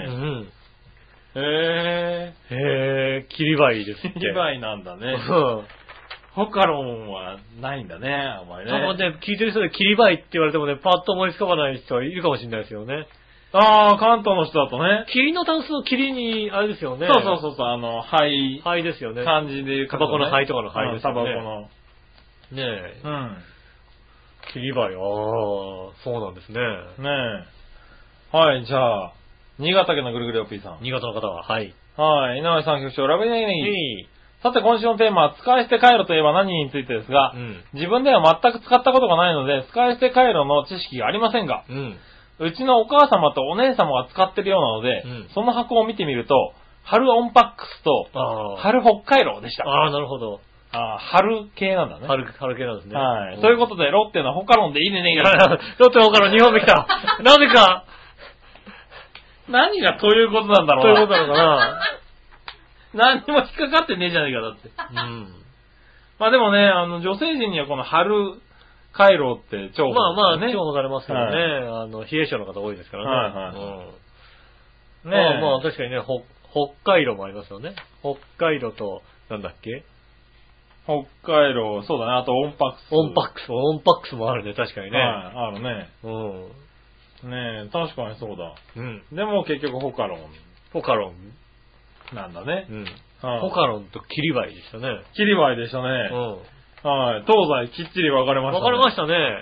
切りばいですね。 切りばいなんだね。うん。ホカロンはないんだね、あんまりね。 多分ね、聞いてる人で切りばいって言われてもね、パッと思いつかない人はいるかもしれないですよね。 ああ、関東の人だとね。 霧の単数の霧に、あれですよね。 そう、灰ですよね。 感じで言うタバコの灰とかの灰ですよね。 タバコの。 ねえ。うん。霧ばい、そうなんですね。 ねえ。はい、じゃあ、新潟県のぐるぐるおっぴーさん。 新潟の方は、はい。 はい、井上さん局長、ラブネギ。さて今週のテーマは使い捨てカイロといえば何についてですが、自分では全く使ったことがないので、使い捨てカイロの知識がありませんが、うちのお母様とお姉様が使ってるようなので、その箱を見てみると、春オンパックスと、春北海道でした。 ああ、なるほど。 春系なんだね。 春系なんですね。 はい。そういうことで、ロッテのホカロンでいいね。 ロッテのホカロン2本目来た。なぜか。 何がということなんだろうな。ということなのかな。 何にも引っかかってねえじゃねえか、だって。まあでもね、女性陣にはこの春カイロって重宝まあ重宝されますよね。冷え性の方多いですからね。まあ確かにね、北海道もありますよね。北海道と、なんだっけ？ 北海道、そうだね。あとオンパックス。 オンパックスもあるね、確かにね。 あるね。ねえ、確かにそうだ。でも結局ホカロン。 ホカロン。 なんだね。 ホカロンとキリバイでしたね。 キリバイでしたね。はい。東西きっちり分かれましたね。 分かれましたね。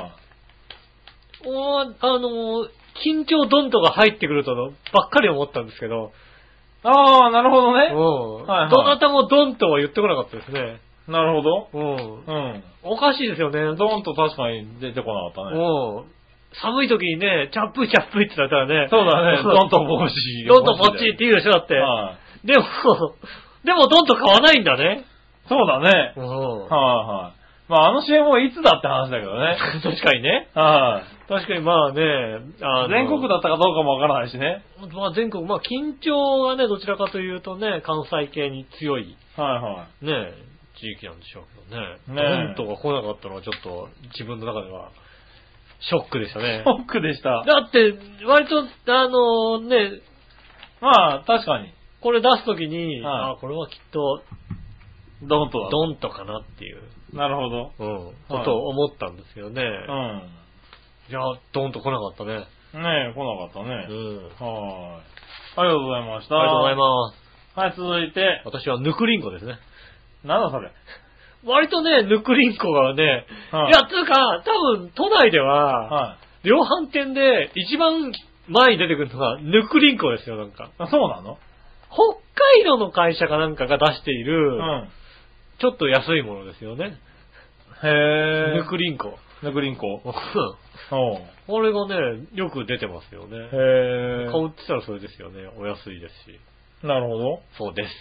緊張ドンとが入ってくるとばっかり思ったんですけど。 ああ、なるほどね。 どなたもドンとは言ってこなかったですね。 なるほど。 おかしいですよね。 ドンと確かに出てこなかったね。 寒い時にね、チャップイって言ったらね。 そうだね。ドンと帽子。 ドンとポッチって言うでしょ、だって。でもドンと買わないんだね。 そうだね。まあCMいつだって話だけどね。 確かにね。確かにまあね、 全国だったかどうかもわからないしね。 まあ全国、まあ緊張がね、どちらかというとね、関西系に強い。ね、地域なんでしょうけどね。ドンとが来なかったのはちょっと自分の中では。ショックでしたね。 ショックでした。 だって、割と、ね。 まあ、確かに。 これ出すときに、これはきっと、ドンとかなっていう。 なるほど。 ことを思ったんですよね。じゃあ、ドンと来なかったね。 ねえ、来なかったね。ありがとうございました。 ありがとうございます。 はい、続いて。 私はヌクリンコですね。 なんだそれ。 割とね、ヌクリンコがね、つうか、多分、都内では、量販店で一番前に出てくるのが、ヌクリンコですよ、なんか。 そうなの？ 北海道の会社かなんかが出している、ちょっと安いものですよね。ヌクリンコ。 ヌクリンコ。 これがね、よく出てますよね。買うって言ったらそれですよね。お安いですし。 なるほど。 そうです。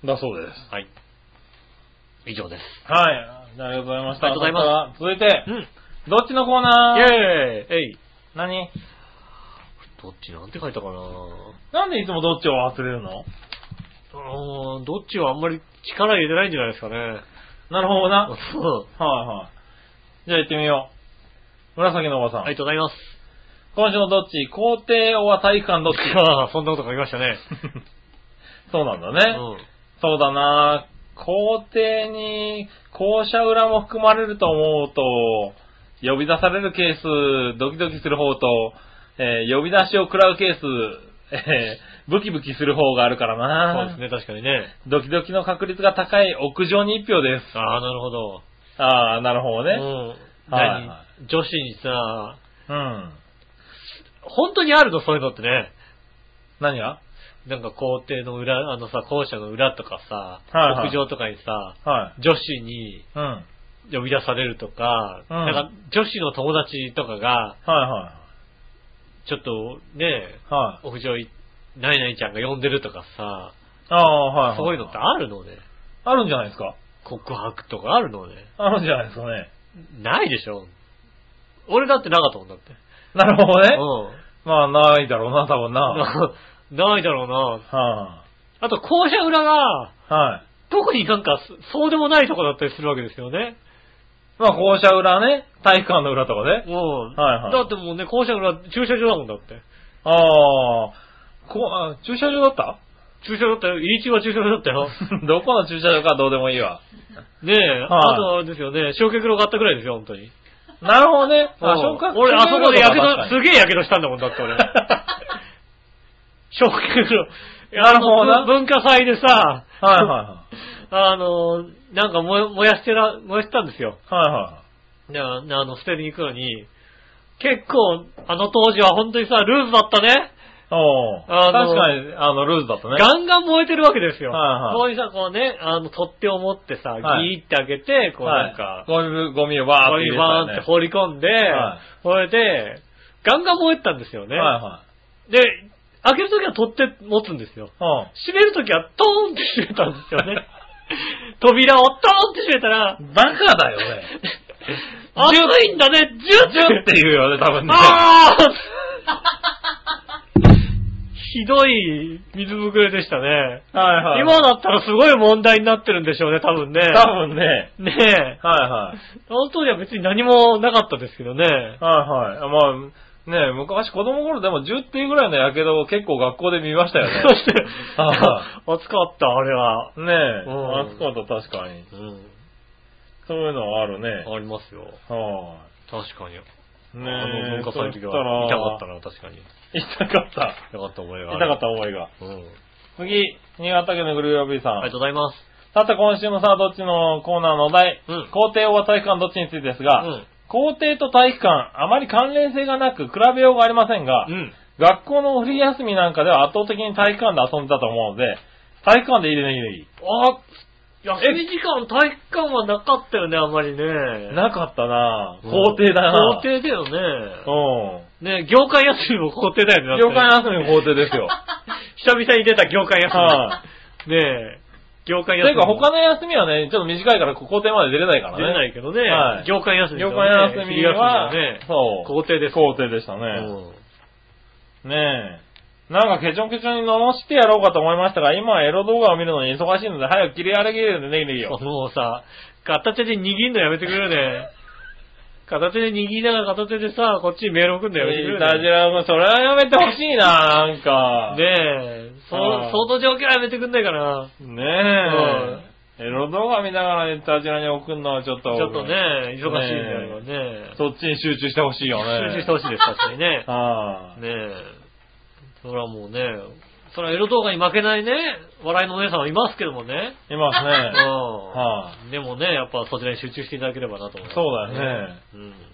だそうです。 はい。以上です。 はい。ありがとうございました。 ありがとうございます。 続いて、どっちのコーナー？ イェーイ。 何？ どっちなんて書いたかな？ なんでいつもどっちを忘れるの？ どっちはあんまり力入れてないんじゃないですかね。 なるほどな。じゃあ行ってみよう。紫のおばさん。 ありがとうございます。 今週のどっち？校庭は体育館どっち？ そんなこと書きましたね。 そうなんだね。そうだな。校庭に校舎裏も含まれると思うと、呼び出されるケース、ドキドキする方と、呼び出しを食らうケース、ブキブキする方があるからな。 そうですね、確かにね。 ドキドキの確率が高い屋上に1票です。 なるほど。 なるほどね。 女子にさ、本当にあるの、そういうのってね。 何が？ なんか校庭の裏、校舎の裏とかさ、屋上とかにさ、女子に呼び出されるとか、なんか女子の友達とかが、ちょっとね、屋上何々ちゃんが呼んでるとかさ、そういうのってあるのね。 あるんじゃないですか。 告白とかあるのね。 あるんじゃないですかね。 ないでしょ。 俺だってなかったもんだって。 なるほどね。まあ、ないだろうな、多分な。 ないだろうな。 はあと、校舎裏が、 はい。 特になんか、そうでもないとこだったりするわけですよね。 まあ、校舎裏ね。体育館の裏とかね。 はいはい。だってもうね、校舎裏、駐車場だもんだって。 駐車場だった？ 駐車場だったよ。入り口は駐車場だったよ。 どこの駐車場かどうでもいいわ。 ねえ、あとあれですよね、焼却炉があったくらいですよ、本当に。 なるほどね。 俺、あそこですげえ火傷したんだもんだって俺。焼却炉。 なるほどな。 文化祭でさ、 はいはい。 なんか燃やしてたんですよ。 はいはい。捨てに行くのに、結構、当時は本当にさ、ルーズだったね。 確かに、ルーズだったね。 ガンガン燃えてるわけですよ。 はいはい。 こういうさ、こうね、取っ手を持ってさ、ギーって開けて、こうなんか、 ゴミをバーって入れて、 バーンって放り込んで、それで、ガンガン燃えてたんですよね。 はいはい。 で、開けるときは取って持つんですよ。閉めるときはトーンって閉めたんですよね。扉をトーンって閉めたら、 バカだよね。 熱いんだね、ジュッって言うよね、多分ね。 ひどい水ぶくれでしたね。 はいはい。 今だったらすごい問題になってるんでしょうね、多分ね。 多分ね。 ねえ。 はいはい。 本当には別に何もなかったですけどね。はいはい。まあ、ねえ、昔子供頃でも10っていうぐらいの火傷を結構学校で見ましたよね。 そして、暑かった、あれは。 ねえ、暑かった、確かに。そういうのはあるね。 ありますよ。 はい。 確かに。 ねえ、 文化祭の時は痛かったな、確かに。 痛かった。 痛かった思いが。 痛かった思いが。次、新潟県のグルーヤビーさん。 ありがとうございます。 さて今週のさあどっちのコーナーのお題、校庭は体育館どっちについてですが、校庭と体育館、あまり関連性がなく比べようがありませんが、学校のフリー休みなんかでは圧倒的に体育館で遊んでたと思うので、体育館でいいね、いいね、いい。 休み時間体育館はなかったよね、あんまりね。 なかったなぁ。校庭だなぁ。 校庭だよね。ね、業界休みも校庭だよね。 業界休みも校庭ですよ。 久々に出た業界休み。ねえ。業界休み。 てか他の休みはね、ちょっと短いから校庭まで出れないからね。 出れないけどね。業界休み。 業界休みは、 そう。校庭です。 校庭でしたね。ねえ。なんかケチョンケチョンに罵してやろうかと思いましたが、今はエロ動画を見るのに忙しいので、早く切り上げるでねぎよ。 もうさ、片手で握るのやめてくれよね。片手で握りながら片手でさ、こっちにメール送るのやめてくれよね。 いたじらもそれはやめてほしいな、なんか。 ねえ、その状況はやめてくんないかな。 ねえ。エロ動画見ながらいたじらに送るのはちょっと。 ちょっとね、忙しいんだよね。 そっちに集中してほしいよね。 集中してほしいです、確かにね。ねえ。それはもうね、それはエロ動画に負けないね、笑いのお姉さんはいますけどもね。 いますね。 でもね、やっぱそちらに集中していただければなと思います。 そうだよね。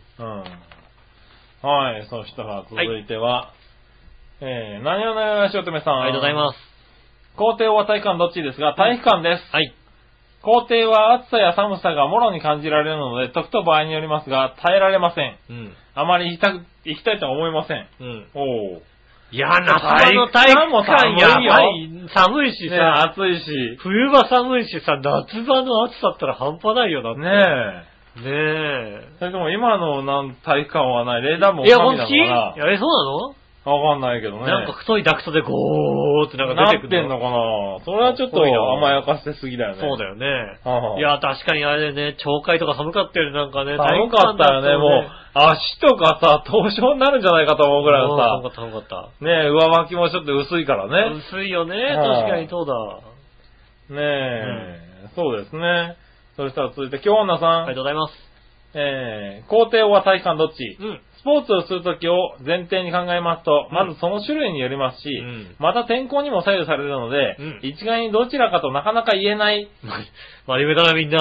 はい、そしたら続いては、何を悩ましおとめさん。 ありがとうございます。 校庭は体育館どっちですが、体育館です。 はい。 校庭は暑さや寒さがもろに感じられるので、時と場合によりますが、耐えられません。あまり行きたいとは思いません。いや、 夏場の体育館やばい。寒いしさ、 暑いし。 冬場寒いしさ、夏場の暑さったら半端ないよなって。 ねえ。それでも今の体育館はない。冷暖房神なのかな。そうなのわかんないけどね。 なんか太いダクトでゴーってなんか出てくる。 なってんのかな。それはちょっと甘やかせすぎだよね。 そうだよね。いや、確かにあれね、懲戒とか寒かったよね、なんかね。 寒かったよね、もう。足とかさ、凍傷になるんじゃないかと思うぐらいのさ。 寒かった。 ねえ、上履きもちょっと薄いからね。 薄いよね、確かにそうだ。 ねえ、そうですね。そしたら続いて、京女さん。 ありがとうございます。 校庭は体育館どっち？スポーツをするときを前提に考えますと、まずその種類によりますし、また天候にも左右されるので、一概にどちらかとなかなか言えない。 真面目だな、みんな。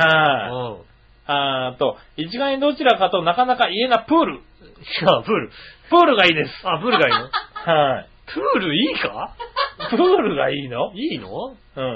一概にどちらかとなかなか言えないプール。 プールがいいです。プールがいいの？ はい。 プールいいか？ プールがいいの？ いいの？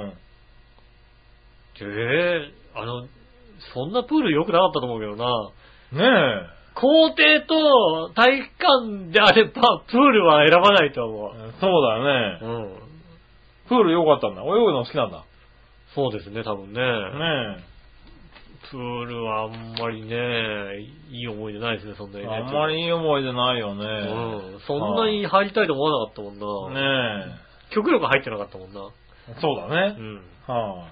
そんなプール良くなかったと思うけどな。ねえ。校庭と体育館であれば、プールは選ばないと思う。 そうだよね。プール良かったんだ。泳ぐの好きなんだ。 そうですね、多分ね。 プールはあんまりね、いい思い出ないですね、そんなにね。 あんまりいい思い出ないよね。 うん。そんなに入りたいと思わなかったもんな。 ねえ。極力入ってなかったもんな。 そうだね。 うん。 はい、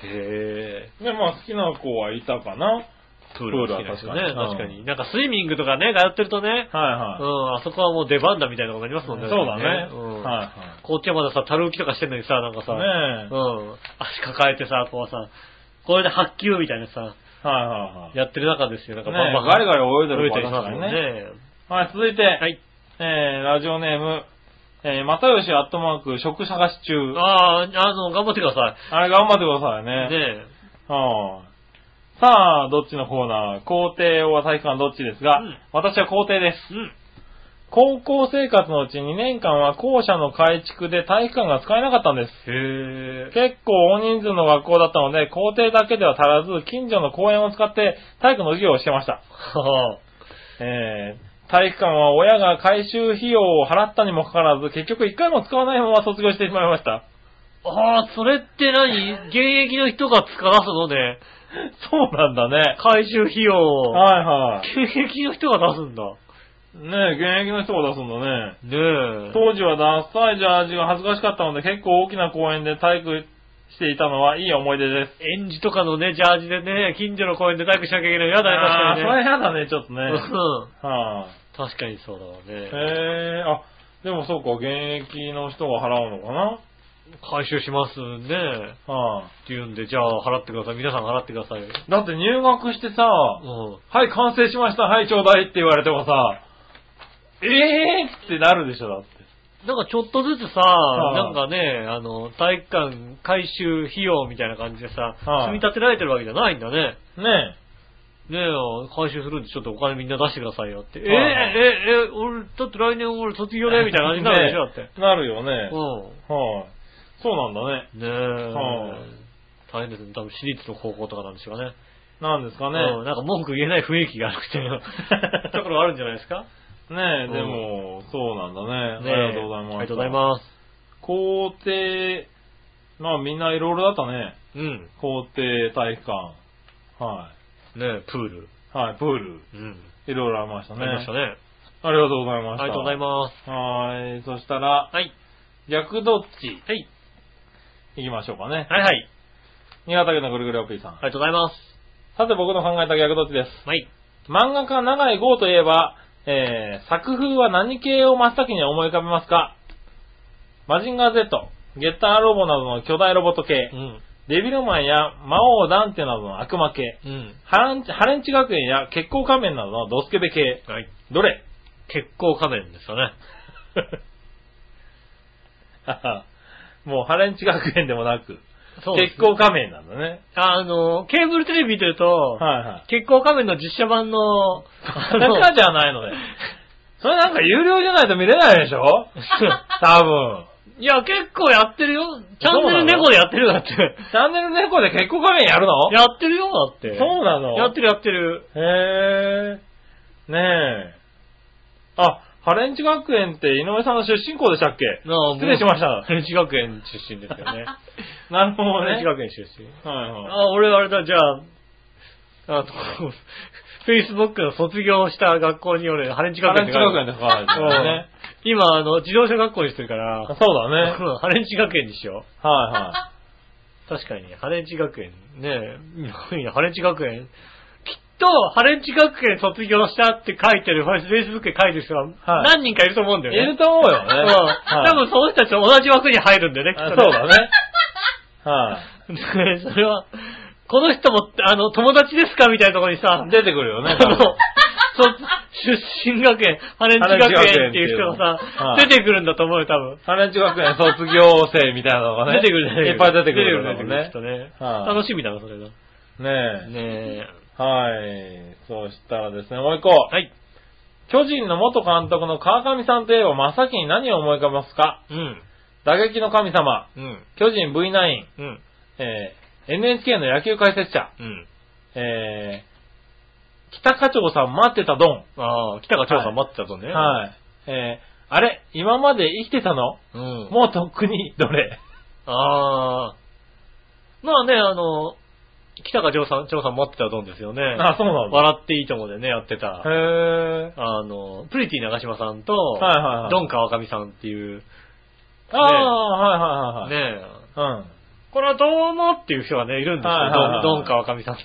へえ。 で、まあ好きな子はいたかな。 プールは好きですよね。確かに。なんかスイミングとかね、通ってるとね。 はいはい。 うん、あそこはもう出番だみたいなことになりますもんね。 そうだね。 うん。 はいはい。 こっちはまださ、樽浮きとかしてんのにさ、なんかさ。 ねえ。 うん。足抱えてさ、こうさ、これで発球みたいなさ。はいはい。 やってる中ですよ。なんかバンバンガリガリ泳いでる子だからね。 はい、続いて。はい。ラジオネーム。またよしアットマーク、職探し中。 ああ、頑張ってください。 あれ頑張ってくださいね。 ねえ。はい。さあ、どっちのコーナー、校庭は体育館どっちですが、私は校庭です。高校生活のうち2年間は校舎の改築で体育館が使えなかったんです。結構大人数の学校だったので、校庭だけでは足らず、近所の公園を使って体育の授業をしてました。体育館は親が改修費用を払ったにもかかわらず、結局1回も使わないまま卒業してしまいました。 ああ、それって何？現役の人が使わすのね。 そうなんだね。 改修費用を。 はいはい。 現役の人が出すんだ。 ねえ、現役の人が出すんだね。 ねえ。 当時はダッサいジャージが恥ずかしかったので、結構大きな公園で体育していたのはいい思い出です。 園児とかのね、ジャージでね、近所の公園で体育しなきゃいけないの嫌だね、確かにね。 それ嫌だね、ちょっとね。 はぁ。確かにそうだわね。 でもそうか、現役の人が払うのかな？ 回収しますね。って言うんで、じゃあ払ってください。皆さん払ってください。 だって入学してさ、はい、完成しました、はい、ちょうだいって言われてもさ、ってなるでしょ、だって。 なんかちょっとずつさ、なんかね、体育館回収費用みたいな感じでさ、積み立てられてるわけじゃないんだね。ねえ、回収するんでちょっとお金みんな出してくださいよって。俺、だって来年俺卒業ねみたいな感じになるでしょ、だって。 なるよね。そうなんだね。 大変ですね。多分私立の高校とかなんでしょうかね。 なんですかね。 なんか文句言えない雰囲気があるっていうところあるんじゃないですか。 ねえ、でも、そうなんだね。ありがとうございます。 ありがとうございます。 校庭、まあみんないろいろだったね。校庭、体育館。はい。 ねえ、プール。 はい、プール。いろいろありましたね。 ありましたね。 ありがとうございました。 ありがとうございます。 はい。そしたら、逆どっち。行きましょうかね。 はいはい。 新潟県のぐるぐるおっぴーさん。 ありがとうございます。 さて僕の考えた逆どっちです。 はい。 漫画家長井豪といえば、作風は何系を真っ先に思い浮かべますか？マジンガー Z、ゲッターロボなどの巨大ロボット系、デビルマンや魔王ダンテなどの悪魔系、ハレンチ学園や血行仮面などのドスケベ系、どれ？ 血行仮面ですよね。 もうハレンチ学園でもなく、血行仮面なんだね。 ケーブルテレビ見てると、血行仮面の実写版の、 中じゃないので。それなんか有料じゃないと見れないでしょ多分。 いや、結構やってるよ。チャンネル猫でやってるよ、だって。チャンネル猫で血行仮面やるの？ やってるよ、だって。 そうなの？ やってるやってる。 ねえ。ハレンチ学園って井上さんの出身校でしたっけ？失礼しました。 ハレンチ学園出身ですよね。 なるほどね。 ハレンチ学園出身。俺あれだ、じゃあ、Facebook の卒業した学校に俺、ハレンチ学園って書いてある。 ハレンチ学園ですね。 今、自動車学校にしてるから。 そうだね。 ハレンチ学園にしよう。確かに、ハレンチ学園。ねえ、ハレンチ学園。きっと、ハレンチ学園卒業したって書いてる、Facebook で書いてる人は何人かいると思うんだよね。 いると思うよね。 多分その人たちと同じ枠に入るんだよね、きっとね。 そうだね。 それは、この人も、友達ですかみたいなところにさ、 出てくるよね。 出身学園、ハレンチ学園っていう人がさ、出てくるんだと思うよ、多分。 ハレンチ学園卒業生みたいなのがね。 出てくるね。 いっぱい出てくるよね。楽しみだな、それが。 ねえ。はい。そうしたらですね、もう一個。はい。巨人の元監督の川上さんといえば真っ先に何を思い浮かべますか？打撃の神様。巨人 V9。NHK の野球解説者。北課長さん待ってたドン。北課長さん待ってたドンね。はい。あれ今まで生きてたの？もうとっくに、どれ？ まあね、 北川長さん持ってたドンですよね。 あ、そうなんだ。 笑っていいともでね、やってた。 へプリティ長島さんと、ドン川上さんっていう。ね、 はい。 ねえ。うん。これはどうもっていう人がね、いるんですよ。ドン川上さんっていう。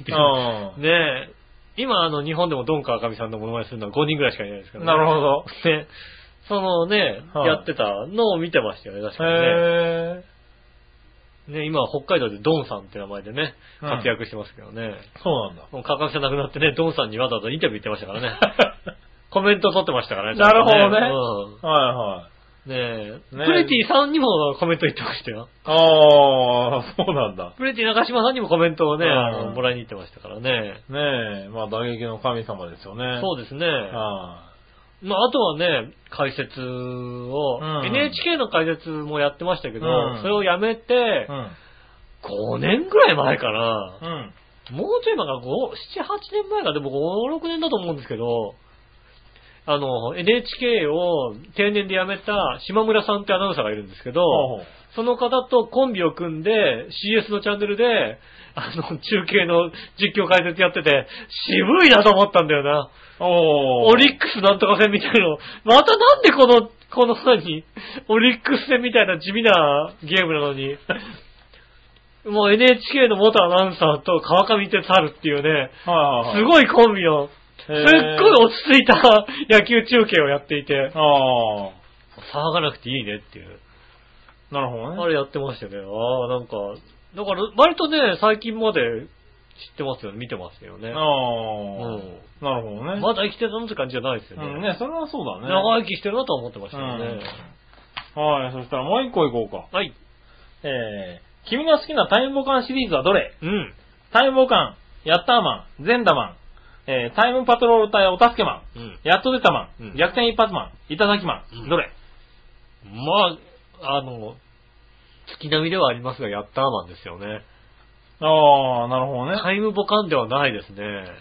ねえ。今日本でもドン川上さんのモノマネするのは5人ぐらいしかいないですからね。 なるほど。 ね。そのね、やってたのを見てましたよね、確かにね。ね、今は北海道でドンさんって名前でね、活躍してますけどね。 そうなんだ。 もう川上さん亡くなってね、ドンさんにわざわざインタビュー行ってましたからね。コメント取ってましたからね。 なるほどね。 うん。 はい。 ねえ。プレティさんにもコメント言ってましたよ。 ああ、そうなんだ。 プレティ長島さんにもコメントをね、もらいに行ってましたからね。 ねえ、まあ打撃の神様ですよね。 そうですね。まああとはね、解説を、NHK の解説もやってましたけど、それをやめて、5年ぐらい前かな。もうちょい前か、7、8年前か、でも5、6年だと思うんですけど、NHK を定年で辞めた島村さんってアナウンサーがいるんですけど、その方とコンビを組んで CS のチャンネルで、中継の実況解説やってて、渋いなと思ったんだよな。オリックスなんとか戦みたいなの。またなんでこの何オリックス戦みたいな地味なゲームなのに、もう NHK の元アナウンサーと川上哲治っていうね、すごいコンビの、すっごい落ち着いた野球中継をやっていて、騒がなくていいねっていう。 なるほどね。 あれやってましたね。なんか、だから割とね、最近まで知ってますよね、見てますよね。 なるほどね。 まだ生きてたのって感じじゃないですよね。 ね、それはそうだね。 長生きしてるなとは思ってましたよね。 はい、そしたらもう一個いこうか。 はい。 君の好きなタイムボカンシリーズはどれ？タイムボカン、ヤッターマン、ゼンダマン、タイムパトロール隊お助けマン、やっと出たマン、逆転一発マン、いただきマン、どれ？ まあ、月並みではありますが、ヤッターマンですよね。 なるほどね。 タイムボカンではないですね。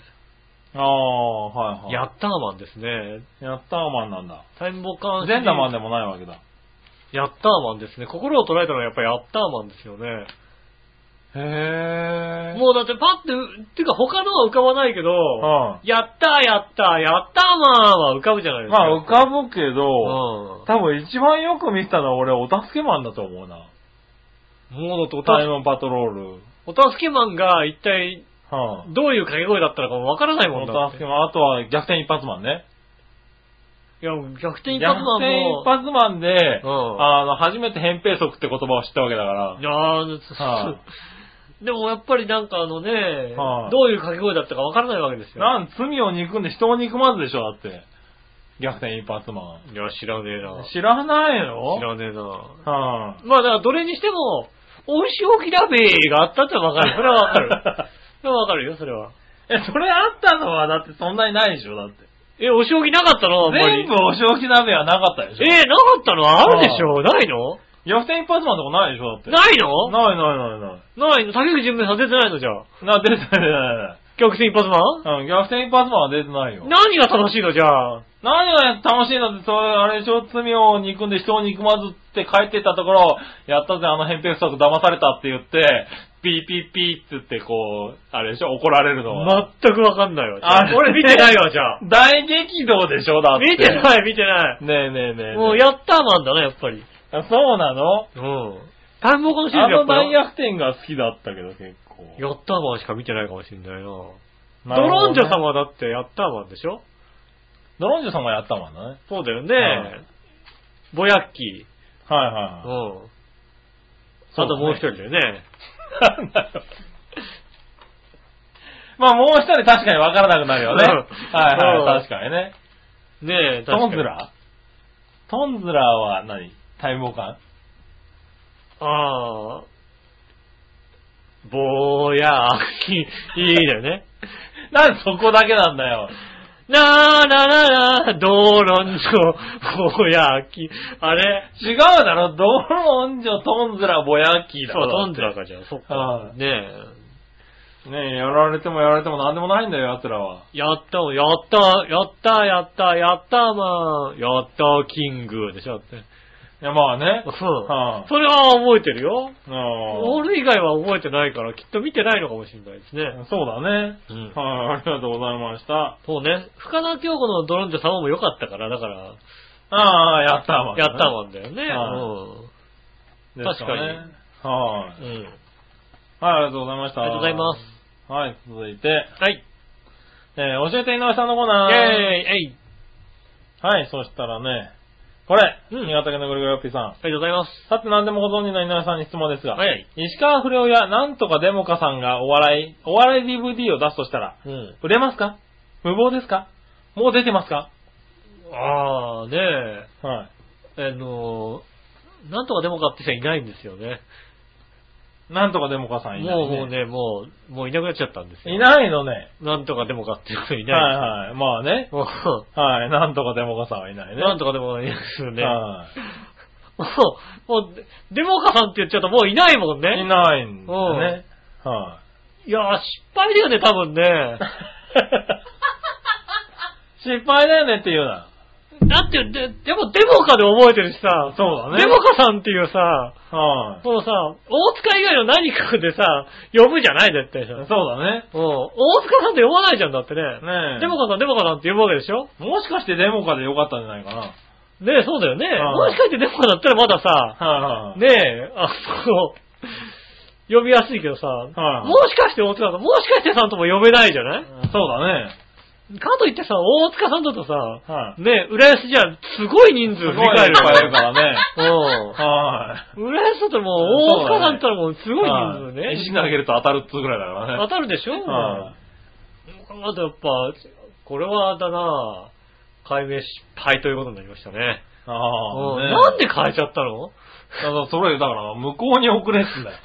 はい。 ヤッターマンですね。 ヤッターマンなんだ。 タイムボカン。 ゼンダマンでもないわけだ。 ヤッターマンですね。心を捉えたのはやっぱりヤッターマンですよね。もうだってパッて、っていうか他のは浮かばないけど、やったーマンは浮かぶじゃないですか。 まあ浮かぶけど、多分一番よく見てたのは俺お助けマンだと思うな。 もうだとタイムパトロール。 お助けマンが一体、どういう掛け声だったのかもわからないもんだって。 お助けマン、あとは逆転一発マンね。 いや、逆転一発マンも。 逆転一発マンで、初めて扁平足って言葉を知ったわけだから。でもやっぱりなんかどういう掛け声だったかわからないわけですよ。 罪を憎んで人を憎まずでしょ、だって。逆転一発マン。 いや、知らねえな。 知らないの？ 知らねえな。まあだからどれにしても、おいしおきラベがあったってわかる。それはわかる。それはわかるよ、それは。 それあったのはだってそんなにないでしょ、だって。 お仕置きなかったの？ 全部お仕置き鍋はなかったでしょ。 なかったの？あるでしょ？ないの？ 逆転一発マンとかないでしょだって。 ないの？ ない。 ないの？竹内純平さん出てないのじゃあ。 出てない。 逆転一発マン？ 逆転一発マンは出てないよ。 何が楽しいのじゃあ。 何が楽しいのって、それ、あれでしょ、罪を憎んで人を憎まずって帰ってったところ、やったぜ、扁平足騙されたって言って、ピーピーピーって言って、こう、あれでしょ、怒られるのは。 全くわかんないわ。俺見てないわ、じゃあ。 大激動でしょ、だって。 見てない。 ねえ。 もう、ヤッターマンだね、やっぱり。 そうなの？ タイムボカンシリーズやっぱり。 大逆転が好きだったけど、結構。 ヤッターマンしか見てないかもしれないな。ドロンジョさんはだってヤッターマンでしょ？ ドロンジョさんもやったもんね。 そうだよね。ボヤッキー。はい。 あともう一人だよね。 なんだろう。まあもう一人確かに分からなくなるよね。はい、確かにね。 ねえ、 確かに。トンズラーは何？タイムボカン？ ボヤッキー。いいだよね。 なんでそこだけなんだよ。 ドロンジョ、ボヤッキー。あれ違うだろ、ドロンジョ、トンズラ、ボヤッキーだろ。 そう、トンズラかじゃん。そっか。ねえ、やられてもなんでもないんだよ、奴らは。 やったマン、やったキングでしょって。 いや、まあね。 それは覚えてるよ。俺以外は覚えてないから、きっと見てないのかもしれないですね。 そうだね。ありがとうございました。 そうね。深田恭子のドロンジョ様も良かったから、だから。 やったーマン。 やったーマンだよね。確かに。 はい。ありがとうございました。 ありがとうございます。 はい、続いて。 はい。 教えて井上さんのコーナー。はい、そしたらね、これ、新潟県のぐるぐるよっぴーさん。ありがとうございます。 さて何でもご存知の井上さんに質問ですが、石川不良やなんとかデモカさんがお笑い DVD を出すとしたら、売れますか？無謀ですか？もう出てますか？ ねえ。はい。なんとかデモカって人はいないんですよね。 なんとかデモカさんいない、ね。 もういなくなっちゃったんですよ。 いないのね。 なんとかデモカっていう人いない。 はいはい。まあね。はい。なんとかデモカさんはいないね。 なんとかデモカいないですよね。はい。もう、デモカさんって言っちゃうともういないもんね。 いないんだね。 はい。いやー、失敗だよね、多分ね。 失敗だよねって言うな。 だって、でもデモカで覚えてるしさ。 そうだね。 デモカさんっていうさ、このさ、大塚以外の何かでさ、呼ぶじゃない絶対さ。 そうだね。 大塚さんって呼ばないじゃんだってね。デモカさんって呼ぶわけでしょ？ もしかしてデモカでよかったんじゃないかな。 ねえ、そうだよね。もしかしてデモカだったらまださ、ねえ、呼びやすいけどさ、もしかして大塚さん、もしかしてさんとも呼べないじゃない？ そうだね。 かといってさ、大塚さんだとさ、ね、浦安じゃすごい人数振り返るからね。 浦安だともう、大塚さんだったらもうすごい人数ね。 石投げると当たるっつうぐらいだからね。 当たるでしょ？あとやっぱ、これはだな解明失敗ということになりましたね。なんで変えちゃったの？ それ、だから向こうに遅れっすんだよ。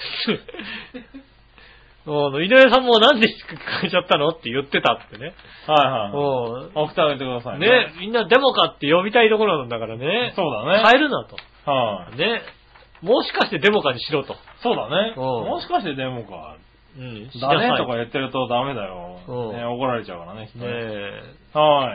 井上さんもなんで変えちゃったのって言ってたってね。 送ってあげてくださいね。みんなデモカって呼びたいところなんだからね。 そうだね。 変えるなと。ね。もしかしてデモカにしろと。 そうだね。もしかしてデモカ。だねとか言ってるとダメだよ。怒られちゃうからね。はい。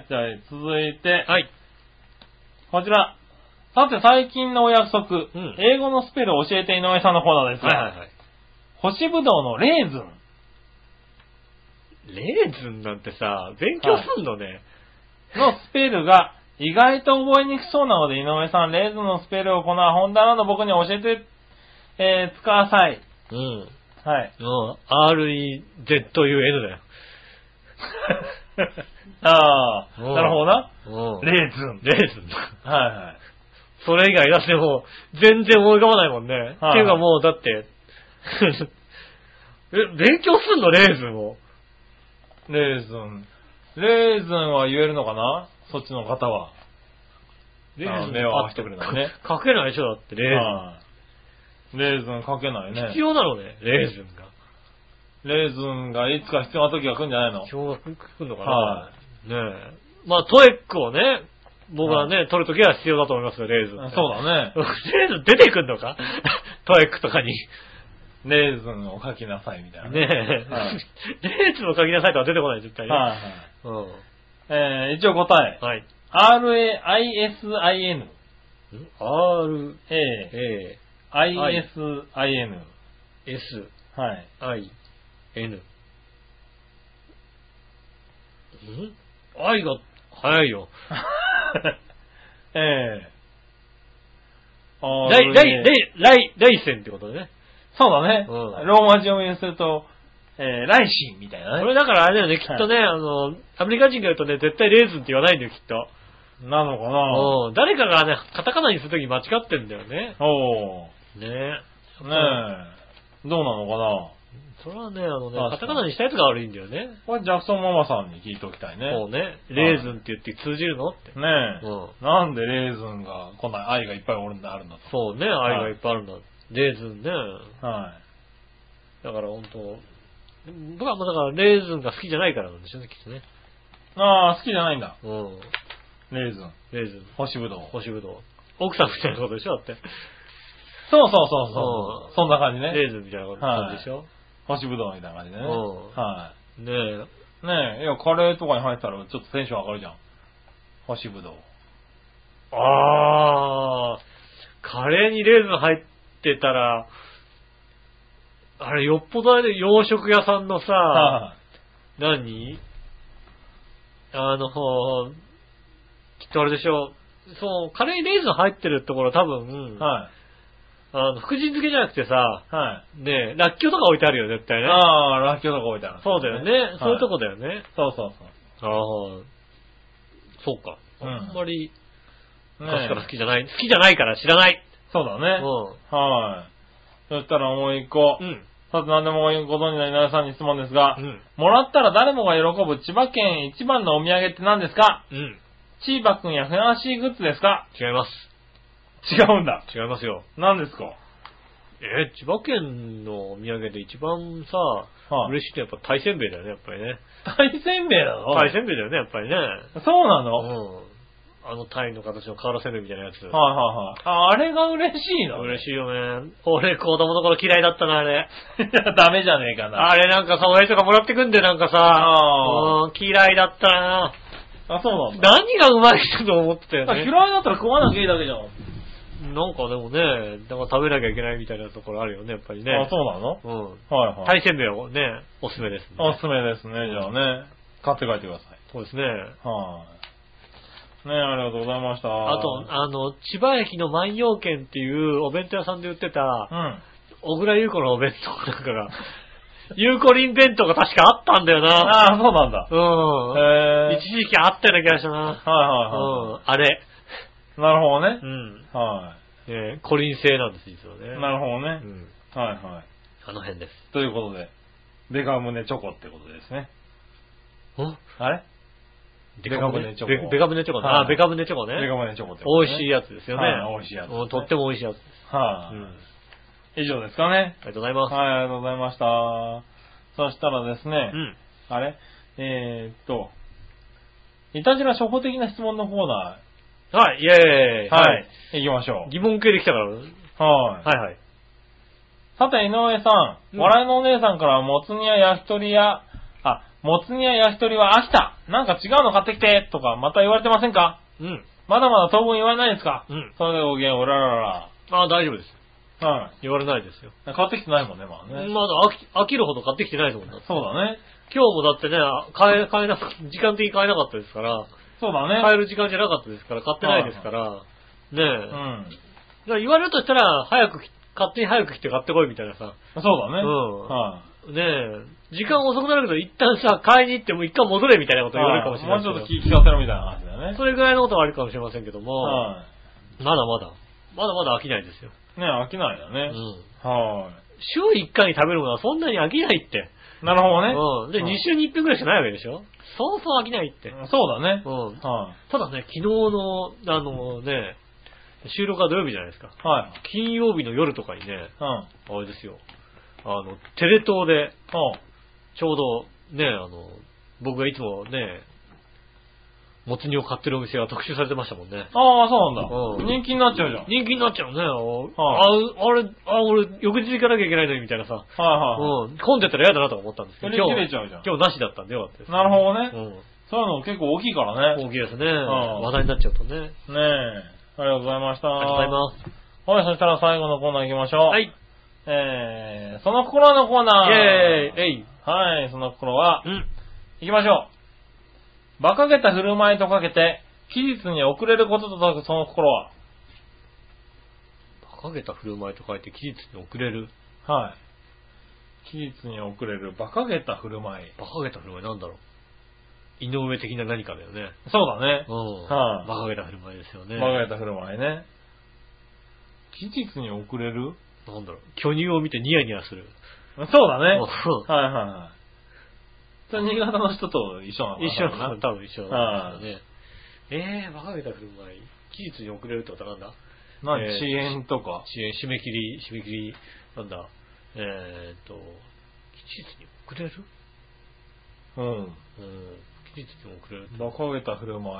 じゃあ続いて。はい。こちら。さて最近のお約束。英語のスペルを教えて井上さんのコーナーです。干しぶどうのレーズン。 レーズンなんてさ、勉強すんのね。 のスペルが意外と覚えにくそうなので、井上さん、レーズンのスペルをこの本棚の僕に教えて、ください。はい。 REZUN だよ。 なるほどな。レーズン。はい。 それ以外だってもう、全然思い浮かばないもんね。っていうかもう、だって、勉強すんのレーズンを。 レーズンは言えるのかな？そっちの方は。 レーズン目を合わせてくれないね。 書けないでしょだってレーズン。レーズン書けないね。 必要なのね、レーズンが。 レーズンがいつか必要な時が来るんじゃないの？ 必要が来るのかな？ねえ。まあトエックをね、僕はね、取るときは必要だと思いますよ、レーズン。 そうだね。 レーズン出てくんのか？トエックとかに。 レーズンを書きなさいみたいな。 ねえ。レーズンを書きなさいとは出てこない、絶対ね。 一応答え。 はい。 RAISIN。 RAISIN。S。 はい。 I。N。I が早いよ。来線ってことね。 そうだね。ローマ字読みにすると、来信みたいなね。 これだからあれだよね、きっとね、アメリカ人が言うとね、絶対レーズンって言わないんだよ、きっと。 なのかな？ 誰かがね、カタカナにするとき間違ってんだよね。ねえ。どうなのかな？ それはね、カタカナにしたやつが悪いんだよね。 これジャクソンママさんに聞いておきたいね。 そうね。レーズンって言って通じるのって。 ねえ。なんでレーズンが、こんな愛がいっぱいあるんだと。 そうね、愛がいっぱいあるんだ。レーズンね。 はい。 だから本当僕はもうだからレーズンが好きじゃないからなんでしょうね、きっとね。 好きじゃないんだ。レーズン。干しぶどう。 奥さんみたいなことでしょだって。 そう。そんな感じね。 レーズンみたいな感じでしょ。 干しぶどうみたいな感じでね。はい。 ねえ。いや、カレーとかに入ったらちょっとテンション上がるじゃん。干しぶどう。 カレーにレーズン入ってたら、あれよっぽど洋食屋さんのさ、何きっとあれでしょ、そう、カレーにレーズン入ってるところ多分、はい。福神漬けじゃなくてさ、はい。ねえ、らっきょうとか置いてあるよ、絶対ね。 ああ、らっきょうとか置いてある、ね。 そうだよね、はい。そういうとこだよね。 そうそうそう。 ああ、そうか。あんまり、昔から好きじゃないから知らない。 そうだね。はい。そしたらもう一個。さて何でもご存知の皆さんに質問ですが、もらったら誰もが喜ぶ千葉県一番のお土産って何ですか？チーバくんやフナッシーグッズですか？ 違います。 違うんだ。 違いますよ。 何ですか？ 千葉県のお土産で一番さ、嬉しいのはやっぱタイせんべいだよね、やっぱりね。 タイせんべいなの？ タイせんべいだよね、やっぱりね。 そうなの？ タイの形の瓦せんべいみたいなやつ。 あれが嬉しいの？ 嬉しいよね。俺子供の頃嫌いだったな、あれ。 いや、ダメじゃねえかな。 あれなんかさ、親父とかもらってくんで、なんかさ、嫌いだったな。 あ、そうなんだ。 何がうまい人と思ってたよね。 嫌いだったら食わなきゃいいだけじゃん。 なんかでもね、なんか食べなきゃいけないみたいなところあるよね、やっぱりね。 あ、そうなの？はいはい。 タイせんべいをね、おすすめですね。 おすすめですね、じゃあね。買って帰ってください。 そうですね。 はい。ね、ありがとうございました。 あと、千葉駅の万葉軒っていうお弁当屋さんで売ってた、小倉優子のお弁当なんかが、ゆうこりん弁当が確かあったんだよな。 ああ、そうなんだ。 一時期あったような気がしたな。あれ。 なるほどね。 はい。コリン製なんです、実はね。 なるほどね。はいはい。 あの辺です。 ということで、ベカムネチョコってことですね。あれベカムネチョコ。ベカムネチョコね。ベカムネチョコね。 ベカムネチョコって。 美味しいやつですよね。 美味しいやつ。 とっても美味しいやつです。 はい。以上ですかね。 ありがとうございます。 はい、ありがとうございました。そしたらですね、あれいたじら初歩的な質問のコーナー。はい、イェーイ。 はい。行きましょう。 疑問系できたから。はい。はいはい。 さて、井上さん、笑いのお姉さんからもつ煮や焼き鳥は飽きた。なんか違うの買ってきて。とか、また言われてませんか？まだまだ当分言われないですか？それでごきげん、おららら。 あ、大丈夫です。 はい。 言われないですよ。 買ってきてないもんね、まだね。 まだ飽きるほど買ってきてないと思うんだ。 そうだね。 今日もだってね、時間的に買えなかったですから。 そうだね。 買える時間じゃなかったですから、買ってないですから。ねえ。だから言われるとしたら、勝手に早く来て買ってこいみたいなさ。 そうだね。 ねえ。時間遅くなるけど、一旦さ、買いに行っても一回戻れみたいなこと言われるかもしれない。 もうちょっと聞かせろみたいな話だよね。 それぐらいのことはあるかもしれませんけども。まだまだ飽きないですよ。 ねえ、飽きないよね。 週1回に食べるものはそんなに飽きないって。 なるほどね。で、2週に1分くらいしかないわけでしょ？そうそう飽きないって。 そうだね。 ただね、昨日の、収録は土曜日じゃないですか。金曜日の夜とかにね、あれですよ。テレ東で、ちょうど、ね、僕がいつもね、もつ煮を買ってるお店が特集されてましたもんね。 ああ、そうなんだ。人気になっちゃうじゃん。 人気になっちゃうね。俺、翌日行かなきゃいけないのにみたいなさ。混んでたら嫌だなと思ったんですけど。 今日なしだったんでよかったです。 なるほどね。そういうの結構大きいからね。 大きいですね。話題になっちゃうとね。 ねえ。ありがとうございました。 ありがとうございます。 はい、そしたら最後のコーナー行きましょう。 はい。 その心のコーナー。 イェーイ。 はい、その心は、行きましょう。馬鹿げた振る舞いとかけて、期日に遅れることと解くその心は。 馬鹿げた振る舞いと書いて期日に遅れる。 はい。期日に遅れる馬鹿げた振る舞い。 馬鹿げた振る舞いなんだろう。井上的な何かだよね。 そうだね。 馬鹿げた振る舞いですよね。 馬鹿げた振る舞いね。期日に遅れる？ なんだろう。巨乳を見てニヤニヤする。 そうだね。はい。それ新潟の人と一緒なのかな？ 一緒なの、多分一緒なんだね。馬鹿げた振る舞い。期日に遅れるってことはなんだ？ 遅延とか？ 締め切り、なんだ？期日に遅れる？期日に遅れる。 馬鹿げた振る舞い。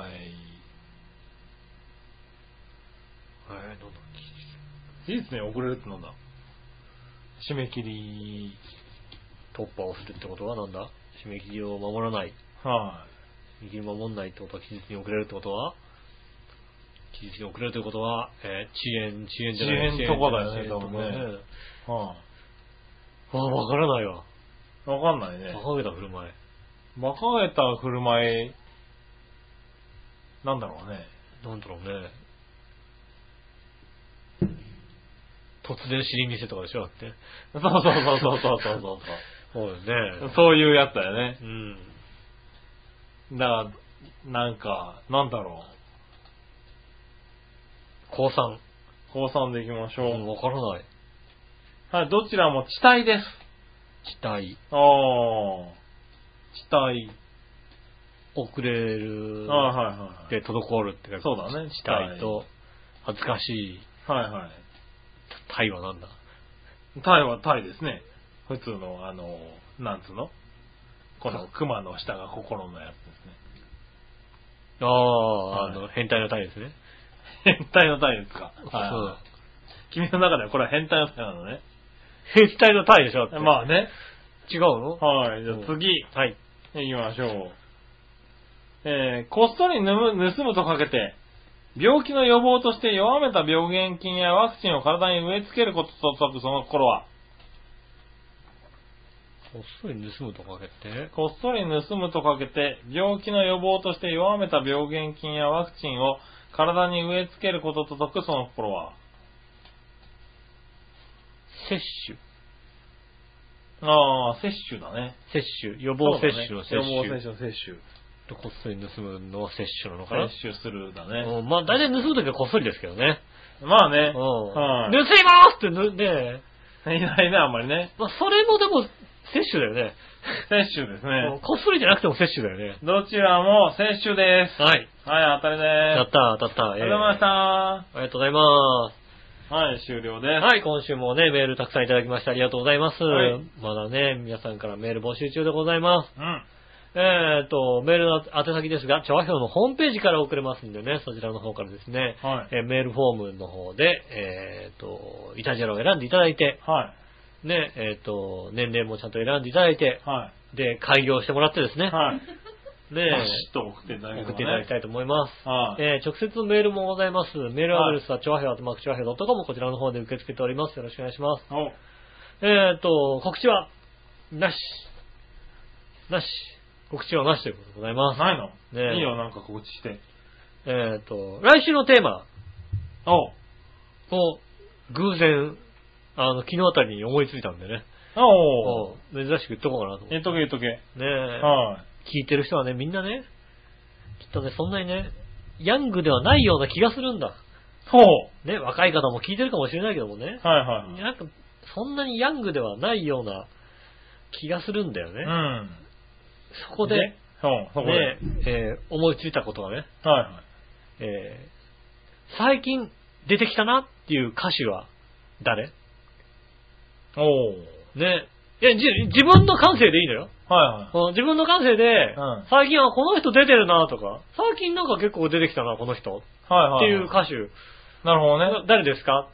なんだ？ 期日に遅れるってなんだ？締め切り突破をするってことはなんだ？締め切りを守らない。締め切り守らないってことは期日に遅れるってことは期日に遅れるということは、遅延じゃない。 遅延とかだよね、多分ね。 わからないわ。 わかんないね。 馬鹿げた振る舞い。 馬鹿げた振る舞い、なんだろうね。 なんだろうね。突然尻見せとかでしょだって。 そう。そうですね。 そういうやつだよね。 うん。 だから、なんか、なんだろう。降参でいきましょう。 わからない。 はい、どちらも地帯です。 地帯。 地帯。 遅れる。で、滞るって書く。 そうだね。 地帯と、恥ずかしい。 はいはい。 タイはなんだ？ タイはタイですね。普通の、なんつうの？この熊の下が心のやつですね。 変態のタイですね。 変態のタイですか。 はい。そうだ。 君の中ではこれは変態のタイなのね。 変態のタイでしょって。 まあね。 違うの？ はい。じゃあ次。 はい。 行きましょう。こっそり盗むとかけて、病気の予防として弱めた病原菌やワクチンを体に植え付けることと解くその心は。 こっそり盗むとかけてこっそり盗むとかけて、病気の予防として弱めた病原菌やワクチンを体に植え付けることと解くその心は。 接種。 接種だね。 接種。予防接種の接種。 予防接種の接種。 こっそり盗むのは接種なのかな？ 接種するだね。 まあ大体盗むときはこっそりですけどね。 まあね。 盗みますってね。 いないね、あんまりね。 まあそれもでも接種だよね。 接種ですね。 こっそりじゃなくても接種だよね。 どちらも接種です。 はい。 はい、当たりです。 やった。 ありがとうございました。 ありがとうございます。 はい、終了です。 はい、今週もね、メールたくさんいただきましてありがとうございます。 はい、 まだね、皆さんからメール募集中でございます。 うん。 メールの宛先ですが、チョアヒョウのホームページから送れますんでね、そちらの方からですね、 はい、 メールフォームの方で、イタジェラを選んでいただいて、 はい。 ね、年齢もちゃんと選んでいただいて、 はい。 で、開業してもらってですね、 はい。 ね、 バシッと送っていただきたいと思います。 はい。 直接メールもございます。メールアドレスは、チョアヒョウ@chioahio.com、こちらの方で受け付けております。よろしくお願いします。告知は、なし。告知はなしということでございます。 ないの？ ね、 いいよ、なんか告知して。 来週のテーマを偶然、昨日あたりに思いついたんでね。珍しく言っとこうかなと思って。 言っとけ。 ねえ。 はい。 聞いてる人はね、みんなね、きっとね、そんなにね、ヤングではないような気がするんだ。ね、若い方も聞いてるかもしれないけどもね。 はい。 なんか、そんなにヤングではないような気がするんだよね。 うん。 そこで、ね、思いついたことがね、 はい。 最近出てきたなっていう歌手は誰？ね。いや、自分の感性でいいのよ。 はい。 自分の感性で、最近はこの人出てるなとか、最近なんか結構出てきたな、この人。っていう歌手。 なるほどね。 誰ですか？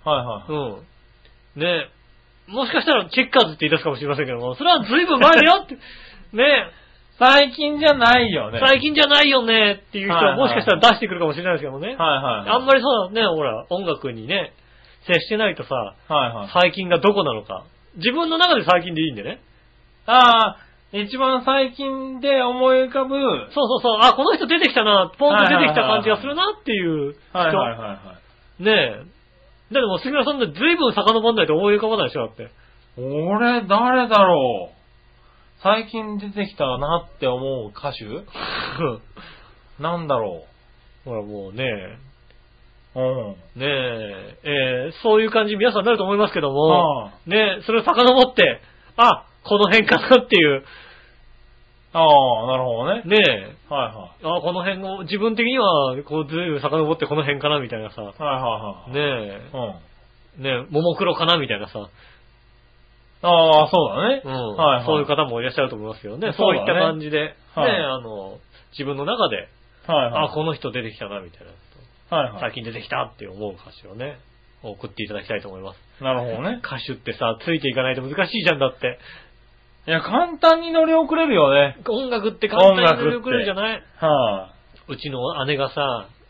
ね。もしかしたらチェッカーズって言い出すかもしれませんけども、それは随分前だよって。ね。 最近じゃないよね。 最近じゃないよねっていう人はもしかしたら出してくるかもしれないですけどもね。あんまりそうだね、ほら、音楽にね、接してないとさ、最近がどこなのか。自分の中で最近でいいんでね。 一番最近で思い浮かぶ。 そう。この人出てきたな、ポンと出てきた感じがするなっていう人。ねえ。だってもう杉村さんで随分遡んないと思い浮かばないでしょ、だって。 俺、誰だろう。最近出てきたなって思う歌手なんだろう。ほらもうね、ねえ、そういう感じ皆さんなると思いますけども、ねえ、それを遡って、この辺かなっていう。 なるほどね。 ねえ。 この辺を、自分的には、こうずいぶん遡ってこの辺かなみたいなさ。ねえ。ねえ、ももクロかなみたいなさ。 そうだね。 そういう方もいらっしゃると思いますけどね。そういった感じで、自分の中で、この人出てきたなみたいな。最近出てきたって思う歌詞をね、送っていただきたいと思います。 なるほどね。 歌手ってさ、ついていかないと難しいじゃんだって。 いや、簡単に乗り遅れるよね。 音楽って簡単に乗り遅れるじゃない？ はうちの姉がさ、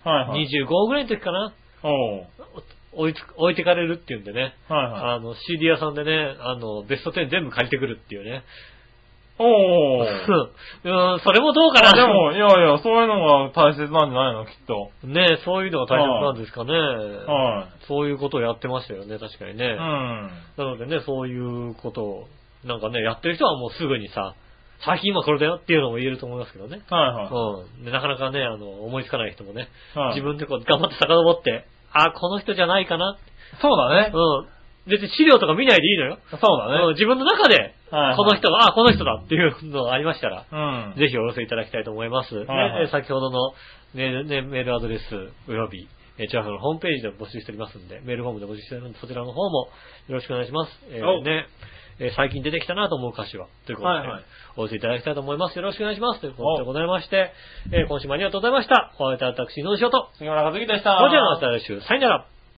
はいはい。 25ぐらいの時かな。置いてかれるっていうんでね。 はいはい。 CD 屋さんでね、ベスト10全部借りてくるっていうね。 それもどうかな。 でも、いやいや、そういうのが大切なんじゃないの、きっと。 ねそういうのが大切なんですかね。 はい。 そういうことをやってましたよね、確かにね。 うん。 なのでね、そういうことを、なんかね、やってる人はもうすぐにさ、最近今これだよっていうのも言えると思いますけどね。 はいはい。 でなかなかね、思いつかない人もね、 はい、 自分でこう頑張って遡って、この人じゃないかな。 そうだね。 別に資料とか見ないでいいのよ。 そうだね。 自分の中で、この人が、この人だっていうのがありましたら、ぜひお寄せいただきたいと思います。先ほどのメールアドレスおよび、チャーフのホームページで募集しておりますんで、メールフォームで募集しておりますので、そちらの方もよろしくお願いします。最近出てきたなと思う歌詞は、ということで、お寄せいただきたいと思います。よろしくお願いします。ということでございまして、今週もありがとうございました。お会いいたい私、井上翔と、 杉村和樹でした。 それではまた来週、さよなら。